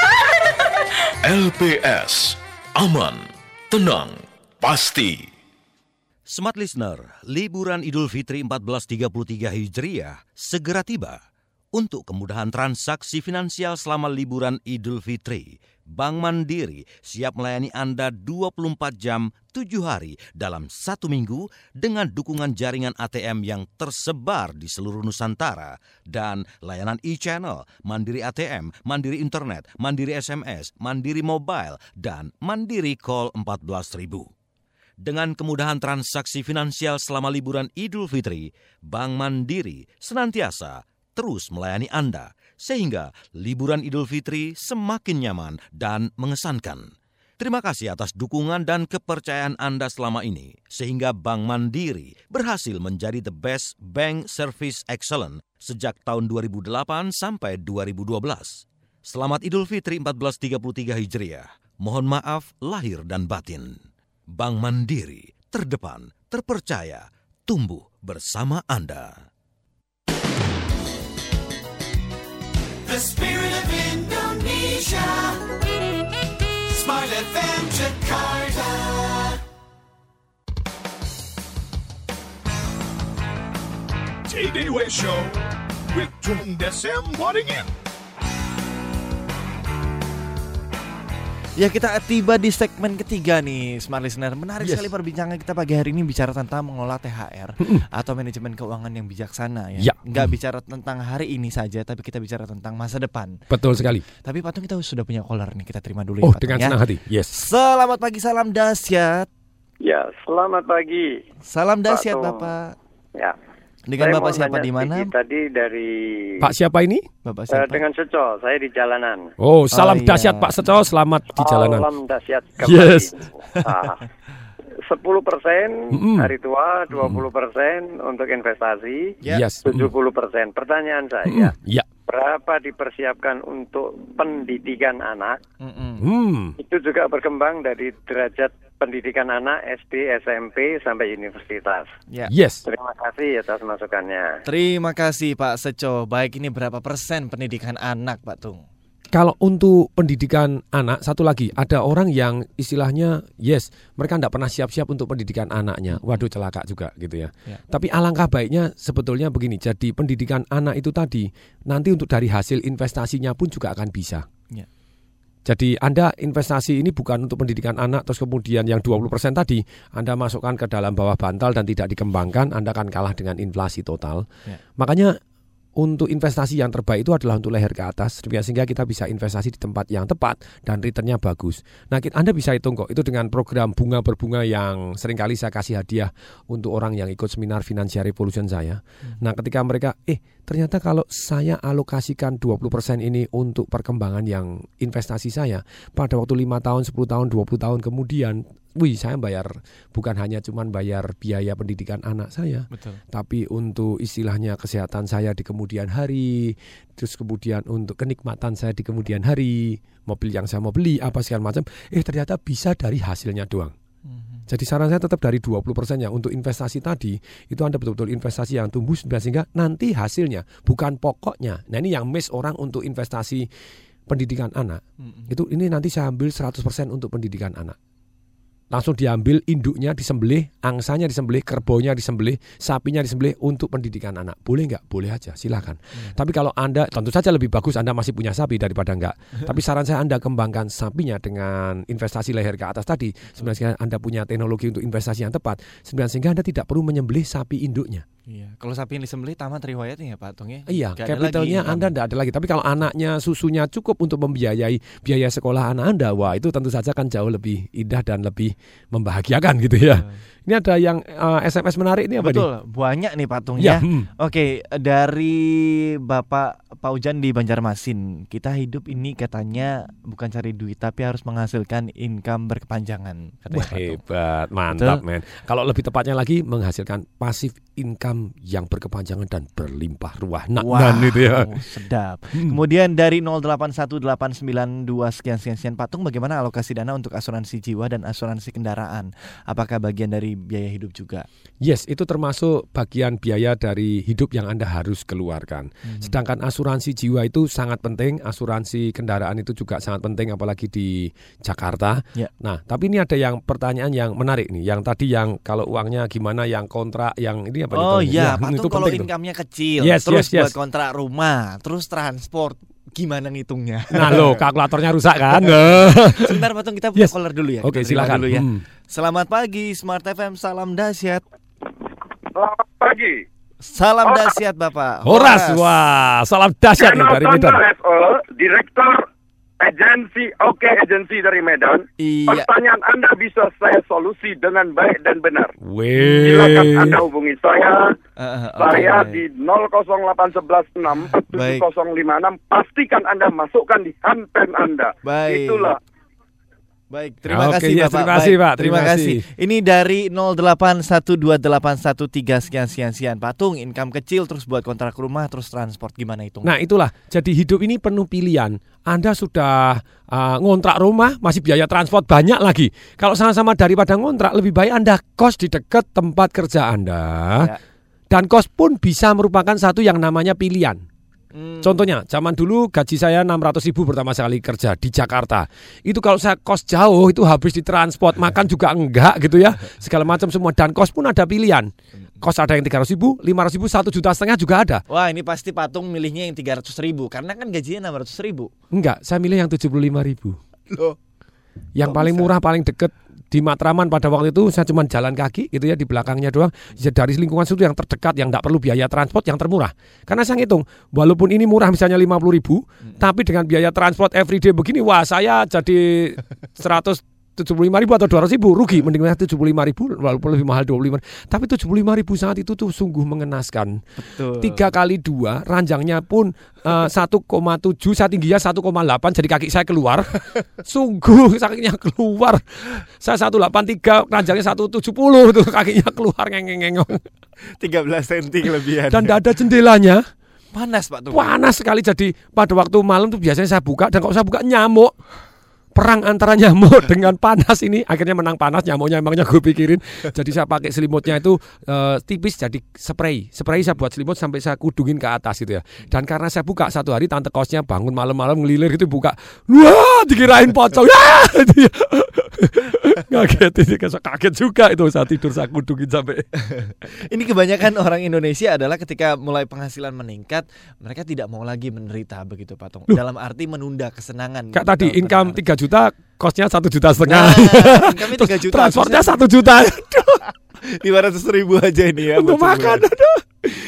A: L P S, aman, tenang, pasti.
H: Smart Listener, liburan Idul Fitri seribu empat ratus tiga puluh tiga Hijriah segera tiba. Untuk kemudahan transaksi finansial selama liburan Idul Fitri, Bank Mandiri siap melayani Anda dua puluh empat jam, tujuh hari dalam satu minggu dengan dukungan jaringan A T M yang tersebar di seluruh Nusantara dan layanan e-channel, Mandiri A T M, Mandiri Internet, Mandiri S M S, Mandiri Mobile, dan Mandiri Call empat belas ribu. Dengan kemudahan transaksi finansial selama liburan Idul Fitri, Bank Mandiri senantiasa terus melayani Anda, sehingga liburan Idul Fitri semakin nyaman dan mengesankan. Terima kasih atas dukungan dan kepercayaan Anda selama ini, sehingga Bank Mandiri berhasil menjadi the best bank service excellent sejak tahun dua ribu delapan sampai dua ribu dua belas. Selamat Idul Fitri seribu empat ratus tiga puluh tiga Hijriah. Mohon maaf lahir dan batin. Bank Mandiri, terdepan, terpercaya, tumbuh bersama Anda.
G: The spirit of Indonesia. Smart F M Jakarta.
A: T-Day Way Show with Tung Desem Waddingin.
B: Ya, kita tiba di segmen ketiga nih, Smart Listener. Menarik yes. sekali perbincangan kita pagi hari ini bicara tentang mengelola T H R atau manajemen keuangan yang bijaksana ya. ya. Nggak mm. bicara tentang hari ini saja, tapi kita bicara tentang masa depan.
C: Betul sekali.
B: Tapi Patung, kita sudah punya caller nih, kita terima dulu
C: oh,
B: ya Patung.
C: Dengan
B: ya.
C: senang hati. Yes.
B: Selamat pagi, salam dahsyat.
N: Ya, selamat pagi.
B: Salam dahsyat Bapak.
N: Ya.
B: Dengan
N: saya
B: Bapak siapa di mana?
N: Tadi dari
C: Pak siapa ini?
B: Bapak siapa?
N: Uh, dengan Seco, saya di jalanan.
C: Oh, salam
B: oh,
C: dahsyat
B: iya.
C: Pak Seco, selamat di jalanan.
N: Salam dahsyat kembali.
C: Yes.
N: Nah, sepuluh persen mm-hmm. hari tua, dua puluh persen mm-hmm. untuk investasi,
C: yes.
N: tujuh puluh persen. Pertanyaan saya,
C: mm-hmm. yeah.
N: berapa dipersiapkan untuk pendidikan anak?
C: Mm-hmm.
N: Itu juga berkembang dari derajat pendidikan anak S D, S M P sampai universitas.
B: Ya.
C: Yes.
N: Terima kasih atas masukannya.
B: Terima kasih Pak Seco. Baik, ini berapa persen pendidikan anak, Pak Tung?
C: Kalau untuk pendidikan anak, satu lagi, ada orang yang istilahnya yes, mereka tidak pernah siap-siap untuk pendidikan anaknya. Waduh, celaka juga gitu ya. ya. Tapi alangkah baiknya sebetulnya begini. Jadi pendidikan anak itu tadi nanti untuk dari hasil investasinya pun juga akan bisa. Ya. Jadi Anda investasi ini bukan untuk pendidikan anak, terus kemudian yang dua puluh persen tadi Anda masukkan ke dalam bawah bantal dan tidak dikembangkan, Anda akan kalah dengan inflasi total. Ya. Makanya untuk investasi yang terbaik itu adalah untuk leher ke atas, sehingga kita bisa investasi di tempat yang tepat dan returnnya bagus. Nah, Anda bisa hitung kok, itu dengan program bunga berbunga yang seringkali saya kasih hadiah untuk orang yang ikut seminar Financial Revolution saya. Hmm. Nah, ketika mereka, eh ternyata kalau saya alokasikan dua puluh persen ini untuk perkembangan yang investasi saya, pada waktu lima tahun, sepuluh tahun, dua puluh tahun kemudian, wih, saya bayar bukan hanya cuman bayar biaya pendidikan anak saya, betul, tapi untuk istilahnya kesehatan saya di kemudian hari, terus kemudian untuk kenikmatan saya di kemudian hari, mobil yang saya mau beli, apa segala macam, eh ternyata bisa dari hasilnya doang. Mm-hmm. Jadi saran saya tetap dari dua puluh persen ya untuk investasi tadi, itu Anda betul-betul investasi yang tumbuh sehingga nanti hasilnya bukan pokoknya. Nah, ini yang miss orang untuk investasi pendidikan anak. Mm-hmm. Itu ini nanti saya ambil seratus persen untuk pendidikan anak. Langsung diambil induknya disembelih, angsanya disembelih, kerbonya disembelih, sapinya disembelih untuk pendidikan anak. Boleh nggak? Boleh aja, silakan. Hmm. Tapi kalau Anda, tentu saja lebih bagus Anda masih punya sapi daripada enggak. Tapi saran saya Anda kembangkan sapinya dengan investasi leher ke atas tadi. Sebenarnya Anda punya teknologi untuk investasi yang tepat. Sebenarnya sehingga Anda tidak perlu menyembelih sapi induknya.
B: Iya, kalau sapi yang disembelih tamat riwayatnya ya Pak Tung ya.
C: Iya, capitalnya Anda tidak ada lagi. Tapi kalau anaknya susunya cukup untuk membiayai biaya sekolah anak Anda, wah itu tentu saja kan jauh lebih indah dan lebih membahagiakan gitu ya. Hmm. Ini ada yang uh, S M S menarik ini apa
B: Betul,
C: nih?
B: Betul, banyak nih Pak Tung
C: ya.
B: ya.
C: Hmm.
B: Oke, dari Bapak Paujan di Banjarmasin, kita hidup ini katanya bukan cari duit tapi harus menghasilkan income berkepanjangan.
C: Wah, hebat, mantap men. Kalau lebih tepatnya lagi menghasilkan passive income yang berkepanjangan dan berlimpah ruah. Nah,
B: wow,
C: itu ya.
B: Sedap. Hmm. Kemudian dari nol delapan satu delapan sembilan dua sekian sekian sekian Pak Tung, bagaimana alokasi dana untuk asuransi jiwa dan asuransi kendaraan? Apakah bagian dari biaya hidup juga?
C: Yes, itu termasuk bagian biaya dari hidup yang Anda harus keluarkan. Hmm. Sedangkan asuransi jiwa itu sangat penting, asuransi kendaraan itu juga sangat penting apalagi di Jakarta. Ya. Nah, tapi ini ada yang pertanyaan yang menarik nih, yang tadi yang kalau uangnya gimana, yang kontrak, yang ini apa?
B: Oh iya,
C: ya,
B: Pak Tung kalau income-nya kecil,
C: yes,
B: terus
C: yes,
B: buat
C: yes.
B: kontrak rumah, terus transport, gimana ngitungnya?
C: Nah lo, kalkulatornya rusak kan?
B: Sebentar Pak Tung, kita punya yes. caller dulu ya.
C: Oke, silakan.
B: Dulu ya. Hmm. Selamat pagi Smart F M, salam dahsyat.
O: Selamat pagi.
B: Salam oh, dahsyat Bapak.
C: Horas, wah, salam dahsyat nih dari Medan.
O: Direktur agensi Oke okay, agensi dari Medan. Iya. Pertanyaan Anda bisa saya solusi dengan baik dan benar.
C: Wee.
O: Silakan Anda hubungi saya. Uh, okay. Saya di nol nol delapan satu satu enam tujuh nol lima enam. Pastikan Anda masukkan di handphone Anda.
B: Baik.
O: Itulah.
B: Baik, terima
C: Oke,
B: kasih
C: ya,
B: Bapak.
C: Terima kasih, Pak.
B: Terima, terima kasih. Ini dari nol delapan satu dua delapan satu tiga sekian sekian sekian. Patung, income kecil terus buat kontrak rumah terus transport, gimana itu?
C: Nah, itulah. Jadi hidup ini penuh pilihan. Anda sudah uh, ngontrak rumah, masih biaya transport banyak lagi. Kalau sama-sama daripada ngontrak, lebih baik Anda kos di dekat tempat kerja Anda. Ya. Dan kos pun bisa merupakan satu yang namanya pilihan. Hmm. Contohnya, zaman dulu gaji saya enam ratus ribu pertama sekali kerja di Jakarta. Itu kalau saya kos jauh, itu habis di transport, makan juga enggak gitu ya. Segala macam semua. Dan kos pun ada pilihan. Kos ada yang tiga ratus ribu, lima ratus ribu, satu juta setengah juga ada.
B: Wah, ini pasti Patung milihnya yang tiga ratus ribu. Karena kan gajinya enam ratus ribu.
C: Enggak, saya milih yang tujuh puluh lima ribu.
B: Loh.
C: Yang oh, paling bisa. Murah, paling deket. Di Matraman pada waktu itu saya cuma jalan kaki gitu ya, di belakangnya doang. Dari lingkungan situ yang terdekat, yang tidak perlu biaya transport, yang termurah. Karena saya ngitung, walaupun ini murah misalnya lima puluh ribu, hmm. tapi dengan biaya transport everyday begini, wah saya jadi seratus tujuh puluh lima ribu atau dua ratus ribu rugi. Mending tujuh puluh lima ribu walaupun lebih mahal dua puluh lima ribu. Tapi tujuh puluh lima ribu saat itu tuh sungguh mengenaskan.
B: Betul.
C: Tiga kali dua, ranjangnya pun uh, satu koma tujuh, saya tingginya satu koma delapan, jadi kaki saya keluar. Sungguh kakinya keluar. Saya seratus delapan puluh tiga, ranjangnya seratus tujuh puluh, tuh kakinya keluar ngeng-ngeng-ngeng.
B: tiga belas sentimeter kelebihan.
C: Dan tidak ada jendelanya.
B: Panas Pak tuh.
C: Panas sekali, jadi pada waktu malam tuh biasanya saya buka, dan kalau saya buka nyamuk. Perang antara nyamuk dengan panas ini, akhirnya menang panas, nyamuknya emangnya gue pikirin. Jadi saya pakai selimutnya itu uh, tipis, jadi spray. Spray saya buat selimut sampai saya kudungin ke atas gitu ya. Dan karena saya buka satu hari, tante kosnya bangun malam-malam ngelilir gitu, buka, wah dikirain pocong ya. Kaget ini, kaget juga itu saat tidur saya kudungin sampai.
B: Ini kebanyakan orang Indonesia adalah ketika mulai penghasilan meningkat, mereka tidak mau lagi menderita begitu Patung. Dalam arti menunda kesenangan.
C: Kayak tadi income tiga juta, kosnya satu juta setengah.
B: Nah, income tiga juta,
C: transportnya satu juta.
B: lima ratus ribu aja ini ya.
C: Untuk makan. Aduh.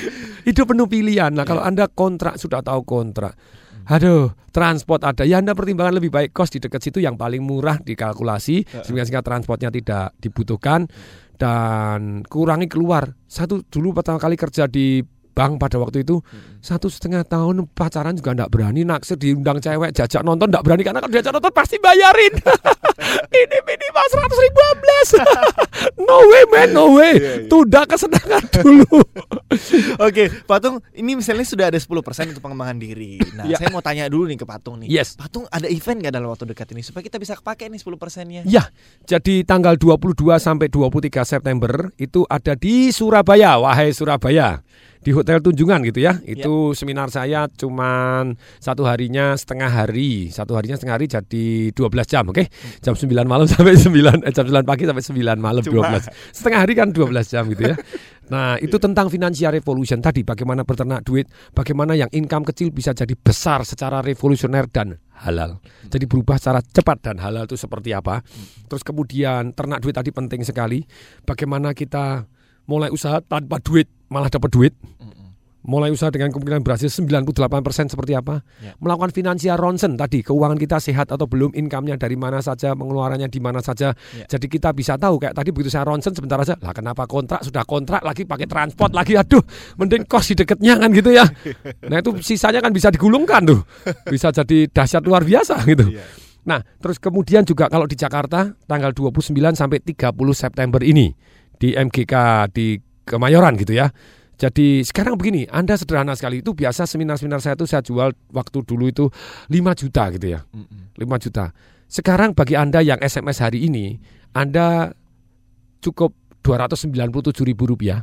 C: Hidup penuh pilihan. Nah, kalau Anda kontrak, sudah tahu kontrak. Aduh, transport ada. Ya Anda pertimbangkan lebih baik kos di dekat situ yang paling murah dikalkulasi, sehingga sehingga transportnya tidak dibutuhkan dan kurangi keluar. Satu dulu pertama kali kerja di bank pada waktu itu hmm. satu setengah tahun pacaran juga nggak berani, naksir diundang cewek jajak nonton nggak berani karena kalau diajak nonton pasti bayarin. Ini minimal seratus ribu ablas. No way man, no way. Yeah, yeah. Tunda kesenangan dulu.
B: Oke, Patung, ini misalnya sudah ada sepuluh persen untuk pengembangan diri. Nah, yeah. saya mau tanya dulu nih ke Patung nih.
C: Yes.
B: Patung, ada event nggak dalam waktu dekat ini supaya kita bisa pakai nih sepuluh persennya?
C: Ya, jadi tanggal dua puluh dua sampai dua puluh tiga September itu ada di Surabaya. Wahai Surabaya. Di Hotel Tunjungan gitu ya. Itu ya. Seminar saya cuman satu harinya setengah hari. Satu harinya setengah hari jadi dua belas jam, oke? Okay? Jam sembilan malam sampai sembilan eh, jam sembilan pagi sampai sembilan malam. Cuma. dua belas. Setengah hari kan dua belas jam gitu ya. Nah, itu tentang financial revolution tadi, bagaimana berternak duit, bagaimana yang income kecil bisa jadi besar secara revolusioner dan halal. Jadi berubah secara cepat dan halal itu seperti apa? Terus kemudian ternak duit tadi penting sekali. Bagaimana kita mulai usaha tanpa duit malah dapat duit. Mulai usaha dengan kemungkinan berhasil sembilan puluh delapan persen seperti apa? Ya. Melakukan financial ronsen tadi, keuangan kita sehat atau belum, income-nya dari mana saja, pengeluarannya di mana saja. Ya. Jadi kita bisa tahu kayak tadi begitu saya ronsen sebentar aja, lah kenapa kontrak sudah kontrak lagi pakai transport lagi, aduh, mending kos di dekatnya kan gitu ya. Nah, itu sisanya kan bisa digulungkan tuh. Bisa jadi dahsyat luar biasa gitu. Ya. Nah, terus kemudian juga kalau di Jakarta tanggal dua puluh sembilan sampai tiga puluh September ini di M G K di Kemayoran gitu ya. Jadi sekarang begini, Anda sederhana sekali, itu biasa seminar-seminar saya itu saya jual waktu dulu itu lima juta gitu ya. lima juta. Sekarang bagi Anda yang S M S hari ini, Anda cukup dua ratus sembilan puluh tujuh ribu rupiah.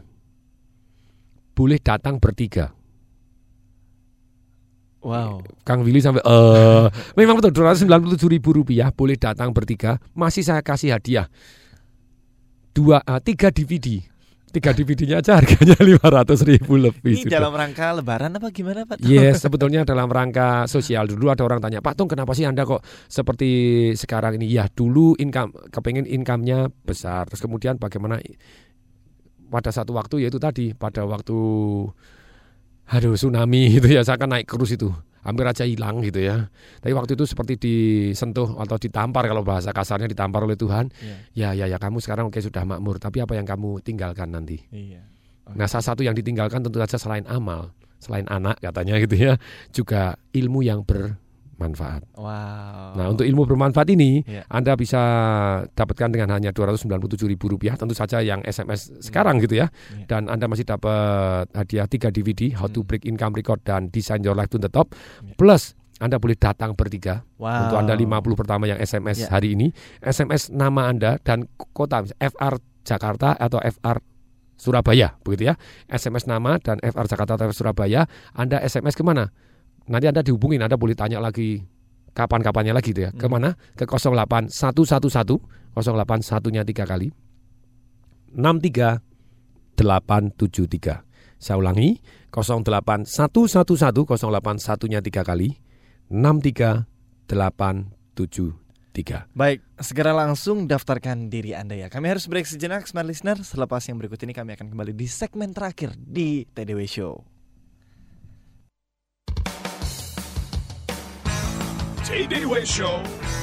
C: Boleh datang bertiga.
B: Wow.
C: Kang Willy sampai uh, memang betul dua ratus sembilan puluh tujuh ribu rupiah boleh datang bertiga. Masih saya kasih hadiah dua uh, tiga D V D. Tiga D V D-nya aja harganya lima ratus ribu lebih.
B: Ini sudah. Dalam rangka lebaran apa gimana Pak?
C: Yes, sebetulnya dalam rangka sosial. Dulu ada orang tanya, Pak Tung kenapa sih Anda kok seperti sekarang ini? Ya dulu income, kepengen income-nya besar. Terus kemudian bagaimana pada satu waktu, yaitu tadi pada waktu aduh tsunami gitu ya, saya kan naik krus itu. Hampir aja hilang gitu ya. Tapi waktu itu seperti disentuh atau ditampar, kalau bahasa kasarnya ditampar oleh Tuhan. Yeah. Ya ya ya kamu sekarang oke sudah makmur, tapi apa yang kamu tinggalkan nanti? Yeah. Okay. Nah, salah satu yang ditinggalkan tentu saja selain amal, selain anak katanya gitu ya, juga ilmu yang bermanfaat.
B: Wow.
C: Nah, untuk ilmu bermanfaat ini
B: yeah.
C: Anda bisa dapatkan dengan hanya dua ratus sembilan puluh tujuh ribu rupiah, tentu saja yang S M S sekarang hmm. gitu ya. Yeah. Dan Anda masih dapat hadiah tiga D V D, How to Break Income Record dan Design Your Life to the Top. Yeah. Plus Anda boleh datang bertiga.
B: Wow.
C: Untuk Anda lima puluh pertama yang S M S yeah. hari ini, S M S nama Anda dan kota F R Jakarta atau F R Surabaya, begitu ya. S M S nama dan F R Jakarta atau F R Surabaya, Anda S M S kemana? Nanti Anda dihubungin, Anda boleh tanya lagi kapan-kapannya lagi gitu ya. Hmm. Kemana? Ke nol delapan satu satu satu nol delapan satunya tiga kali enam tiga delapan tujuh tiga. Saya ulangi, nol delapan satu satu satu nol delapan satunya tiga kali enam tiga delapan tujuh tiga.
B: Baik, segera langsung daftarkan diri Anda ya. Kami harus break sejenak, smart listener. Selepas yang berikut ini kami akan kembali di segmen terakhir di T D W Show.
A: T D W Show.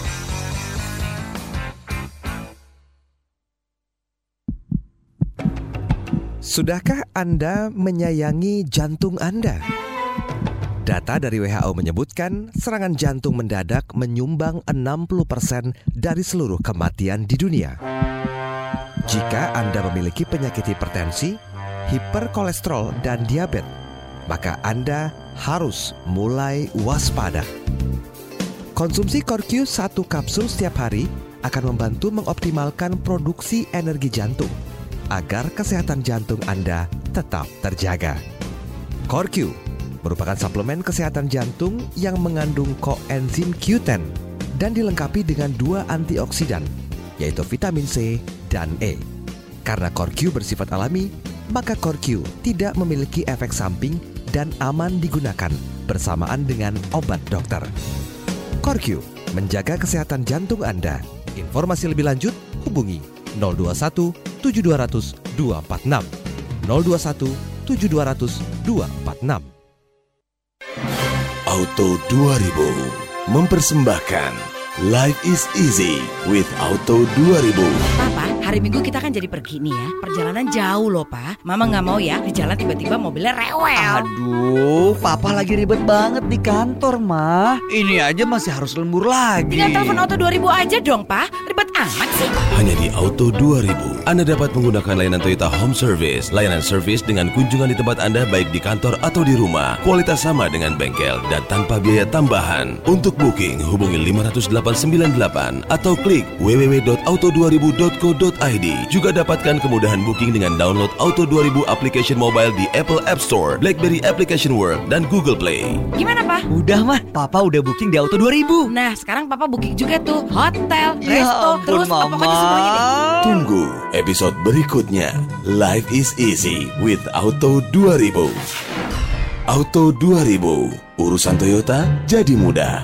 J: Sudahkah Anda menyayangi jantung Anda? Data dari W H O menyebutkan serangan jantung mendadak menyumbang enam puluh persen dari seluruh kematian di dunia. Jika Anda memiliki penyakit hipertensi, hiperkolesterol, dan diabetes, maka Anda harus mulai waspada. Konsumsi Corq satu kapsul setiap hari akan membantu mengoptimalkan produksi energi jantung agar kesehatan jantung Anda tetap terjaga. Corq merupakan suplemen kesehatan jantung yang mengandung koenzim Q sepuluh dan dilengkapi dengan dua antioksidan, yaitu vitamin C dan E. Karena Corq bersifat alami, maka Corq tidak memiliki efek samping dan aman digunakan bersamaan dengan obat dokter. Corq menjaga kesehatan jantung Anda. Informasi lebih lanjut hubungi nol dua satu tujuh dua nol nol dua empat enam nol dua satu tujuh dua nol nol dua empat enam.
D: Auto dua ribu mempersembahkan Life is easy with Auto dua ribu.
E: Papa, hari Minggu kita kan jadi pergi nih ya. Perjalanan jauh loh, Pak. Mama nggak mau ya di jalan tiba-tiba mobilnya rewel.
F: Aduh, Papa lagi ribet banget di kantor, Ma. Ini aja masih harus lembur lagi.
E: Tinggal telepon Auto dua ribu aja dong, Pak. Ribet amat sih.
D: Hanya di Auto dua ribu, Anda dapat menggunakan layanan Toyota Home Service. Layanan servis dengan kunjungan di tempat Anda baik di kantor atau di rumah. Kualitas sama dengan bengkel dan tanpa biaya tambahan. Untuk booking, hubungi lima delapan sembilan delapan atau klik w w w dot auto dua ribu dot co dot i d. Juga dapatkan kemudahan booking dengan download Auto dua ribu application mobile di Apple App Store, BlackBerry Application World, dan Google Play.
E: Gimana, Pak?
F: Udah, mah. Papa udah booking di Auto dua ribu.
E: Nah, sekarang Papa booking juga tuh hotel,
F: Ya
E: resto,
F: ampun,
E: terus
F: Mama.
E: pokoknya semuanya deh.
D: Tunggu episode berikutnya. Life is easy with Auto dua ribu. Auto dua ribu, urusan Toyota jadi mudah.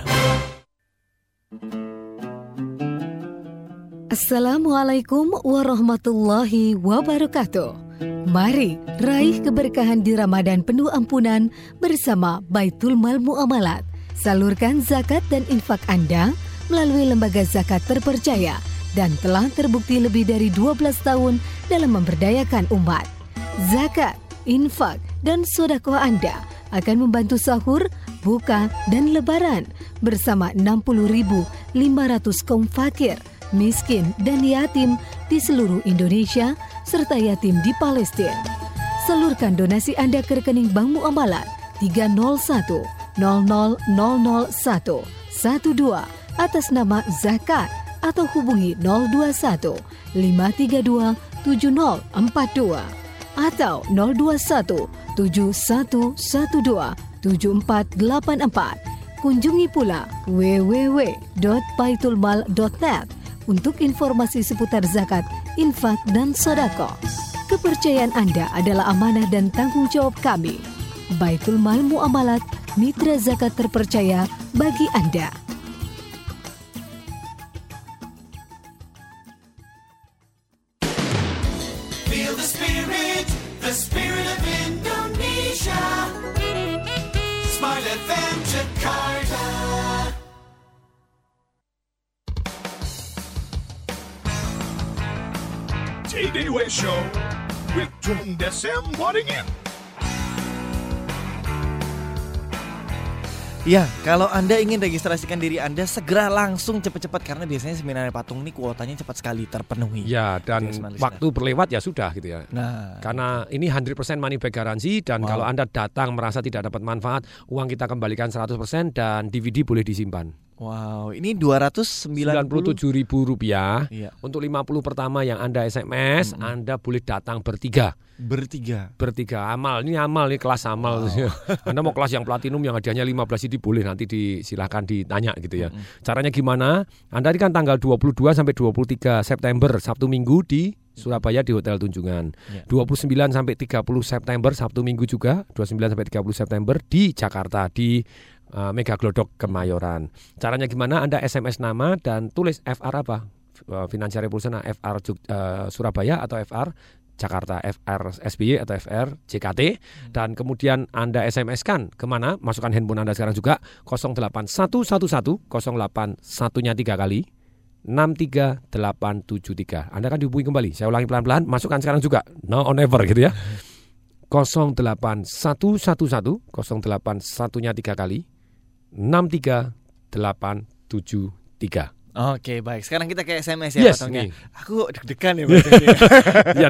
P: Assalamualaikum warahmatullahi wabarakatuh. Mari raih keberkahan di Ramadan penuh ampunan bersama Baitul Mal Muamalat. Salurkan zakat dan infak Anda melalui lembaga zakat terpercaya dan telah terbukti lebih dari dua belas tahun dalam memberdayakan umat. Zakat, infak, dan sedekah Anda akan membantu sahur, buka, dan lebaran bersama enam puluh ribu lima ratus kaum fakir, miskin, dan yatim di seluruh Indonesia serta yatim di Palestina. Salurkan donasi Anda ke rekening Bank Muamalat tiga nol satu nol nol nol nol satu satu dua atas nama zakat atau hubungi nol dua satu lima tiga dua tujuh nol empat dua atau nol dua satu tujuh satu satu dua tujuh empat delapan empat. Kunjungi pula w w w dot baitulmal dot net untuk informasi seputar zakat, infak, dan sedekah. Kepercayaan Anda adalah amanah dan tanggung jawab kami. Baitul Mal Muamalat, mitra zakat terpercaya bagi Anda.
G: Feel the spirit, the spirit of Indonesia. Smile F M Jakarta.
A: Tay-Day Way Show with Tung Desem Waddingin.
B: Ya, kalau Anda ingin registrasikan diri Anda, segera langsung cepat-cepat karena biasanya seminar Patung ini kuotanya cepat sekali terpenuhi.
C: Ya, dan waktu berlewat ya sudah gitu ya.
B: Nah,
C: karena ini seratus persen money back garansi dan wow. Kalau Anda datang merasa tidak dapat manfaat, uang kita kembalikan seratus persen dan D V D boleh disimpan.
B: Wow, ini dua ratus sembilan puluh
C: tujuh ribu rupiah.
B: Iya.
C: Untuk lima puluh pertama yang Anda S M S, mm-hmm. Anda boleh datang bertiga.
B: Bertiga.
C: Bertiga. Amal, ini amal, ini kelas amal. Wow. Anda mau kelas yang platinum yang hadiahnya lima belas C D boleh, nanti disilahkan ditanya gitu ya. Mm-hmm. Caranya gimana? Anda ini kan tanggal dua puluh dua sampai dua puluh tiga September, Sabtu Minggu di Surabaya di Hotel Tunjungan. Yeah. dua puluh sembilan sampai tiga puluh September, Sabtu Minggu juga, dua puluh sembilan sampai tiga puluh September di Jakarta di Uh, Mega Glodok Kemayoran. Caranya gimana? Anda S M S nama dan tulis F R apa? Uh, Financial Revolution F R uh, Surabaya atau F R Jakarta, F R S B Y atau F R J K T, hmm. dan kemudian Anda S M S-kan kemana? Masukkan handphone Anda sekarang juga nol delapan satu satu satu nol delapan satunya tiga kali enam tiga delapan tujuh tiga. Anda akan dihubungi kembali. Saya ulangi pelan-pelan. Masukkan sekarang juga. No on ever gitu ya. nol delapan satu satu satu nol delapan satunya tiga kali enam tiga delapan tujuh tiga.
B: Oke, baik. Sekarang kita ke S M S ya,
C: yes,
B: Patongnya. Aku deg-degan ya bacanya.
C: Ya,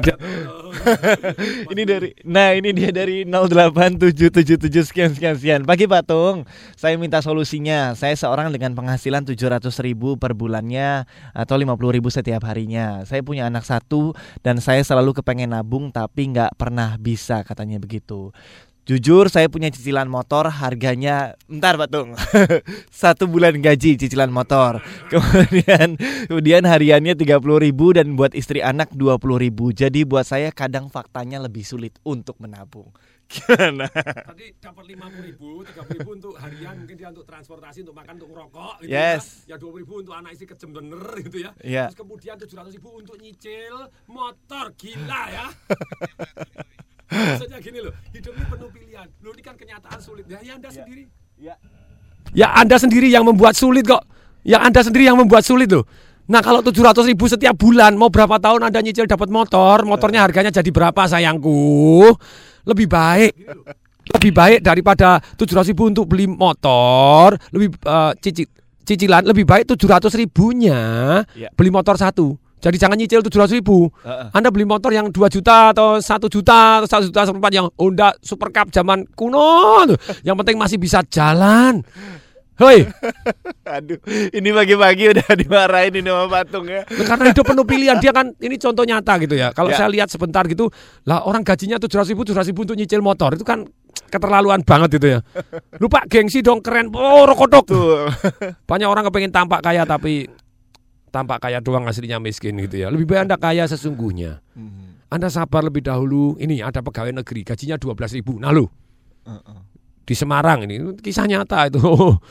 B: ini dari Nah, ini dia dari nol delapan tujuh tujuh tujuh sekian sekian sekian. Pagi Patung, saya minta solusinya. Saya seorang dengan penghasilan tujuh ratus ribu per bulannya atau lima puluh ribu setiap harinya. Saya punya anak satu dan saya selalu kepengen nabung tapi nggak pernah bisa, katanya begitu. Jujur saya punya cicilan motor harganya bentar Patung satu bulan gaji cicilan motor. Kemudian kemudian hariannya tiga puluh ribu dan buat istri anak dua puluh ribu. Jadi buat saya kadang faktanya lebih sulit untuk menabung. Gimana?
C: Tadi dapat lima puluh ribu, tiga puluh ribu untuk harian, mungkin dia untuk transportasi, untuk makan, untuk rokok gitu.
B: Yes.
C: Ya, ya dua puluh ribu untuk anak istri kejem bener gitu ya.
B: Yeah.
C: Terus kemudian tujuh ratus ribu untuk nyicil motor, gila ya. Maksudnya gini loh, hidup ini penuh pilihan. Loh ini kan kenyataan sulit. Ya, ya Anda ya. sendiri. Ya. ya Anda sendiri yang membuat sulit kok. Yang Anda sendiri yang membuat sulit loh. Nah kalau tujuh ratus ribu setiap bulan, mau berapa tahun Anda nyicil dapat motor, motornya harganya jadi berapa sayangku? Lebih baik, lebih baik daripada tujuh ratus ribu untuk beli motor, lebih uh, cicil, cicilan, lebih baik tujuh ratus ribunya ya. Beli motor satu. Jadi jangan nyicil tujuh ratus ribu. Uh-uh. Anda beli motor yang dua juta atau satu juta atau satu juta seperempat yang Honda Super Cup zaman kuno. Yang penting masih bisa jalan. Hoi.
B: Aduh, ini pagi-pagi udah dimarahin ini sama Patung ya.
C: Nah, karena hidup penuh pilihan, dia kan ini contoh nyata gitu ya. Kalau ya. saya lihat sebentar gitu, lah orang gajinya tujuh ratus ribu, tujuh ratus ribu untuk nyicil motor, itu kan keterlaluan banget gitu ya. Lupa gengsi dong, keren, oh rokotok. Banyak orang kepengen tampak kaya tapi tampak kaya doang aslinya miskin gitu ya. Lebih baik Anda kaya sesungguhnya. Anda sabar lebih dahulu. Ini ada pegawai negeri, gajinya dua belas ribu. Nah lo. Uh-uh. Di Semarang ini kisah nyata itu.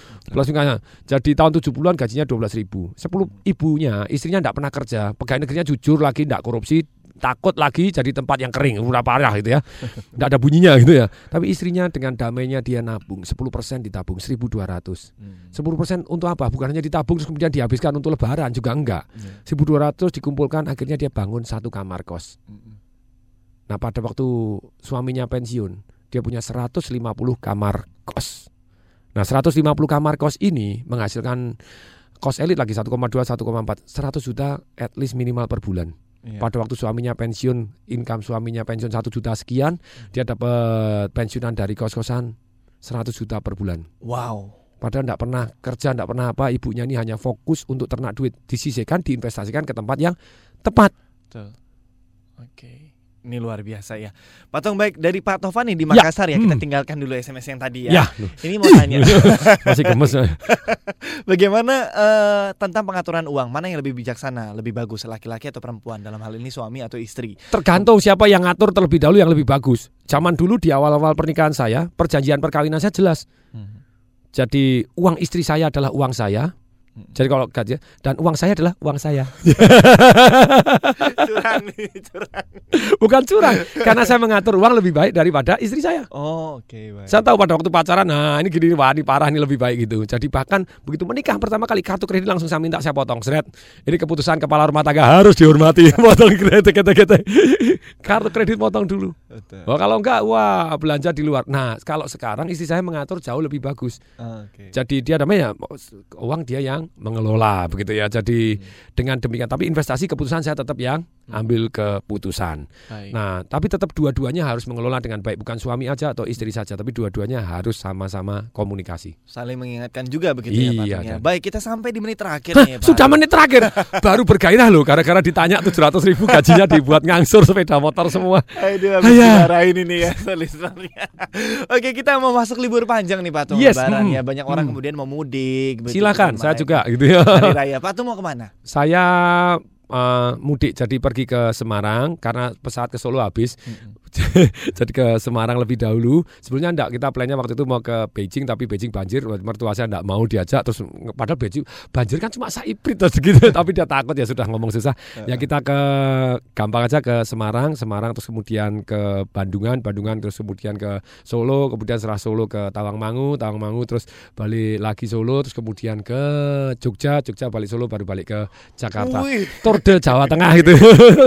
C: Jadi tahun tujuh puluhan gajinya dua belas ribu. sepuluh ibunya, istrinya enggak pernah kerja. Pegawai negerinya jujur lagi, enggak korupsi, takut lagi jadi tempat yang kering, udah parah gitu ya. Enggak ada bunyinya gitu ya. Tapi istrinya dengan damainya dia nabung, sepuluh persen ditabung seribu dua ratus. sepuluh persen untuk apa? Bukan hanya ditabung terus kemudian dihabiskan untuk lebaran, juga enggak. seribu dua ratus dikumpulkan, akhirnya dia bangun satu kamar kos. Nah, pada waktu suaminya pensiun, dia punya seratus lima puluh kamar kos. Nah, seratus lima puluh kamar kos ini menghasilkan kos elit lagi satu koma dua, satu koma empat, seratus juta at least minimal per bulan. Iya. Pada waktu suaminya pensiun, income suaminya pensiun satu juta sekian, hmm. dia dapat pensiunan dari kos-kosan seratus juta per bulan.
B: Wow.
C: Padahal enggak pernah kerja, enggak pernah apa, ibunya ini hanya fokus untuk ternak duit, disisihkan, diinvestasikan ke tempat yang tepat.
B: Betul. Oke. Okay. Ini luar biasa ya. Patung, baik, dari Pak Tovan nih di Makassar ya, ya. Kita tinggalkan dulu S M S yang tadi ya. ya. Ini mau tanya.
C: Masih gemes.
B: Bagaimana uh, tentang pengaturan uang? Mana yang lebih bijaksana, lebih bagus, laki-laki atau perempuan? Dalam hal ini suami atau istri?
C: Tergantung siapa yang ngatur terlebih dahulu yang lebih bagus. Zaman dulu di awal-awal pernikahan saya, perjanjian perkawinan saya jelas. Hmm. Jadi uang istri saya adalah uang saya. Jadi kalau gaji dan uang saya adalah uang saya.
B: Curang nih, curang.
C: Bukan curang, karena saya mengatur uang lebih baik daripada istri saya.
B: Oh, oke, okay, baik.
C: Saya tahu pada waktu pacaran, nah ini gini, wah ini parah, ini lebih baik gitu. Jadi bahkan begitu menikah pertama kali kartu kredit langsung saya minta saya potong, seret. Ini keputusan kepala rumah tangga harus dihormati. Potong kredit, kete-kete. Kartu kredit potong dulu. Oh, kalau enggak, wah belanja di luar. Nah, kalau sekarang istri saya mengatur jauh lebih bagus. Oh, okay. Jadi dia namanya uang dia yang mengelola begitu ya. Jadi hmm. dengan demikian, tapi investasi keputusan saya tetap yang ambil keputusan. Baik. Nah, tapi tetap dua-duanya harus mengelola dengan baik, bukan suami aja atau istri saja, tapi dua-duanya harus sama-sama komunikasi.
B: Saling mengingatkan juga begitu
C: iya,
B: ya, Pak. Baik, kita sampai di menit terakhir
C: Hah,
B: nih, Pak.
C: Sudah menit terakhir. Baru bergairah loh gara-gara ditanya tujuh ratus ribu gajinya dibuat ngangsur sepeda motor semua.
B: Aduh, habis dimarahin ini ya listenernya. Oke, kita mau masuk libur panjang nih, Pak.
C: Yes.
B: Lebaran
C: hmm.
B: ya. Banyak orang hmm. kemudian mau mudik.
C: Silakan, saya juga gitu ya.
B: Hari Raya. Pak tuh mau kemana?
C: Saya uh, mudik, jadi pergi ke Semarang karena pesawat ke Solo habis. Mm-hmm. Jadi ke Semarang lebih dahulu. Sebelumnya enggak, kita plannya waktu itu mau ke Beijing, tapi Beijing banjir, mertua saya enggak mau diajak. Terus padahal Beijing banjir kan cuma saiprit terus gitu. Tapi dia takut, ya sudah ngomong susah. Ya kita ke gampang aja ke Semarang, Semarang terus kemudian ke Bandungan, Bandungan terus kemudian ke Solo, kemudian setelah Solo ke Tawangmangu, Tawangmangu terus balik lagi Solo, terus kemudian ke Jogja, Jogja balik Solo, baru balik ke Jakarta. Tour de Jawa Tengah gitu.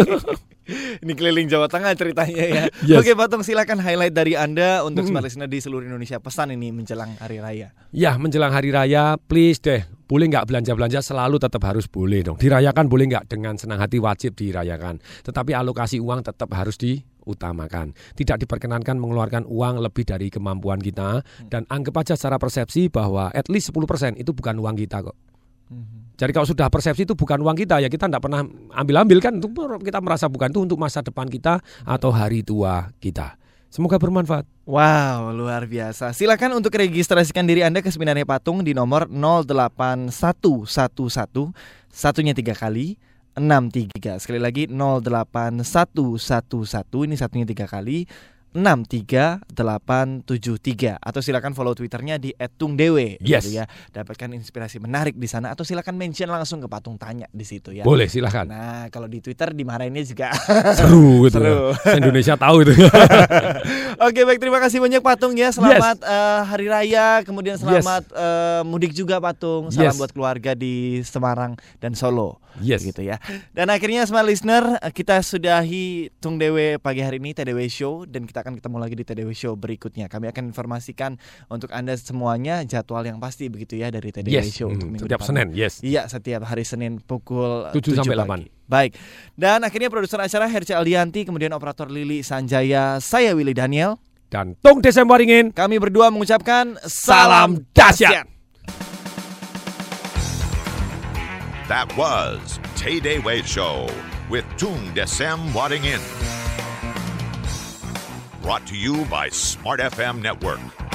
B: Ini keliling Jawa Tengah ceritanya ya. Yes. Oke, Patung, silakan highlight dari Anda untuk hmm. smart listener di seluruh Indonesia. Pesan ini menjelang Hari Raya.
C: Ya, menjelang Hari Raya, please deh, boleh nggak belanja-belanja selalu tetap harus boleh dong. Dirayakan boleh nggak, dengan senang hati wajib dirayakan. Tetapi alokasi uang tetap harus diutamakan. Tidak diperkenankan mengeluarkan uang lebih dari kemampuan kita. Dan anggap aja secara persepsi bahwa at least sepuluh persen itu bukan uang kita kok. Jadi kalau sudah persepsi itu bukan uang kita, ya kita tidak pernah ambil-ambil kan, untuk kita merasa bukan, itu untuk masa depan kita atau hari tua kita. Semoga bermanfaat.
B: Wow, luar biasa. Silakan untuk registrasikan diri Anda ke seminarnya Patung di nomor nol delapan satu satu satu, satunya tiga kali, enam tiga. Sekali lagi nol delapan satu satu satu, ini satunya tiga kali, enam tiga delapan tujuh tiga atau silakan follow Twitternya di et tungdewe
C: yes.
B: gitu ya. Dapatkan inspirasi menarik di sana atau silakan mention langsung ke Patung Tanya di situ ya.
C: Boleh, silakan.
B: Nah, kalau di Twitter dimarahinnya juga
C: seru gitu.
B: Seru.
C: Ya. Indonesia tahu itu.
B: Oke, baik, terima kasih banyak Patung ya. Selamat yes. uh, Hari Raya, kemudian selamat yes. uh, mudik juga Patung. Salam yes. buat keluarga di Semarang dan Solo.
C: Yes.
B: Gitu ya. Dan akhirnya Smart Listener, kita sudahi Tung Dewe pagi hari ini T D W Show, dan kita akan ketemu lagi di T D W Show berikutnya. Kami akan informasikan untuk Anda semuanya jadwal yang pasti begitu ya dari T D W
C: yes.
B: Show untuk
C: hmm,
B: minggu
C: setiap
B: depan.
C: Senin, yes.
B: Iya, setiap hari Senin pukul
C: tujuh sampai delapan.
B: Baik. Dan akhirnya produser acara Herce Aldianti, kemudian operator Lili Sanjaya, saya Willy Daniel
C: dan Tung Desem Waringin.
B: Kami berdua mengucapkan salam dahsyat.
A: That was Tay Day Way Show with Tung Desem Wadding In. Brought to you by Smart F M Network.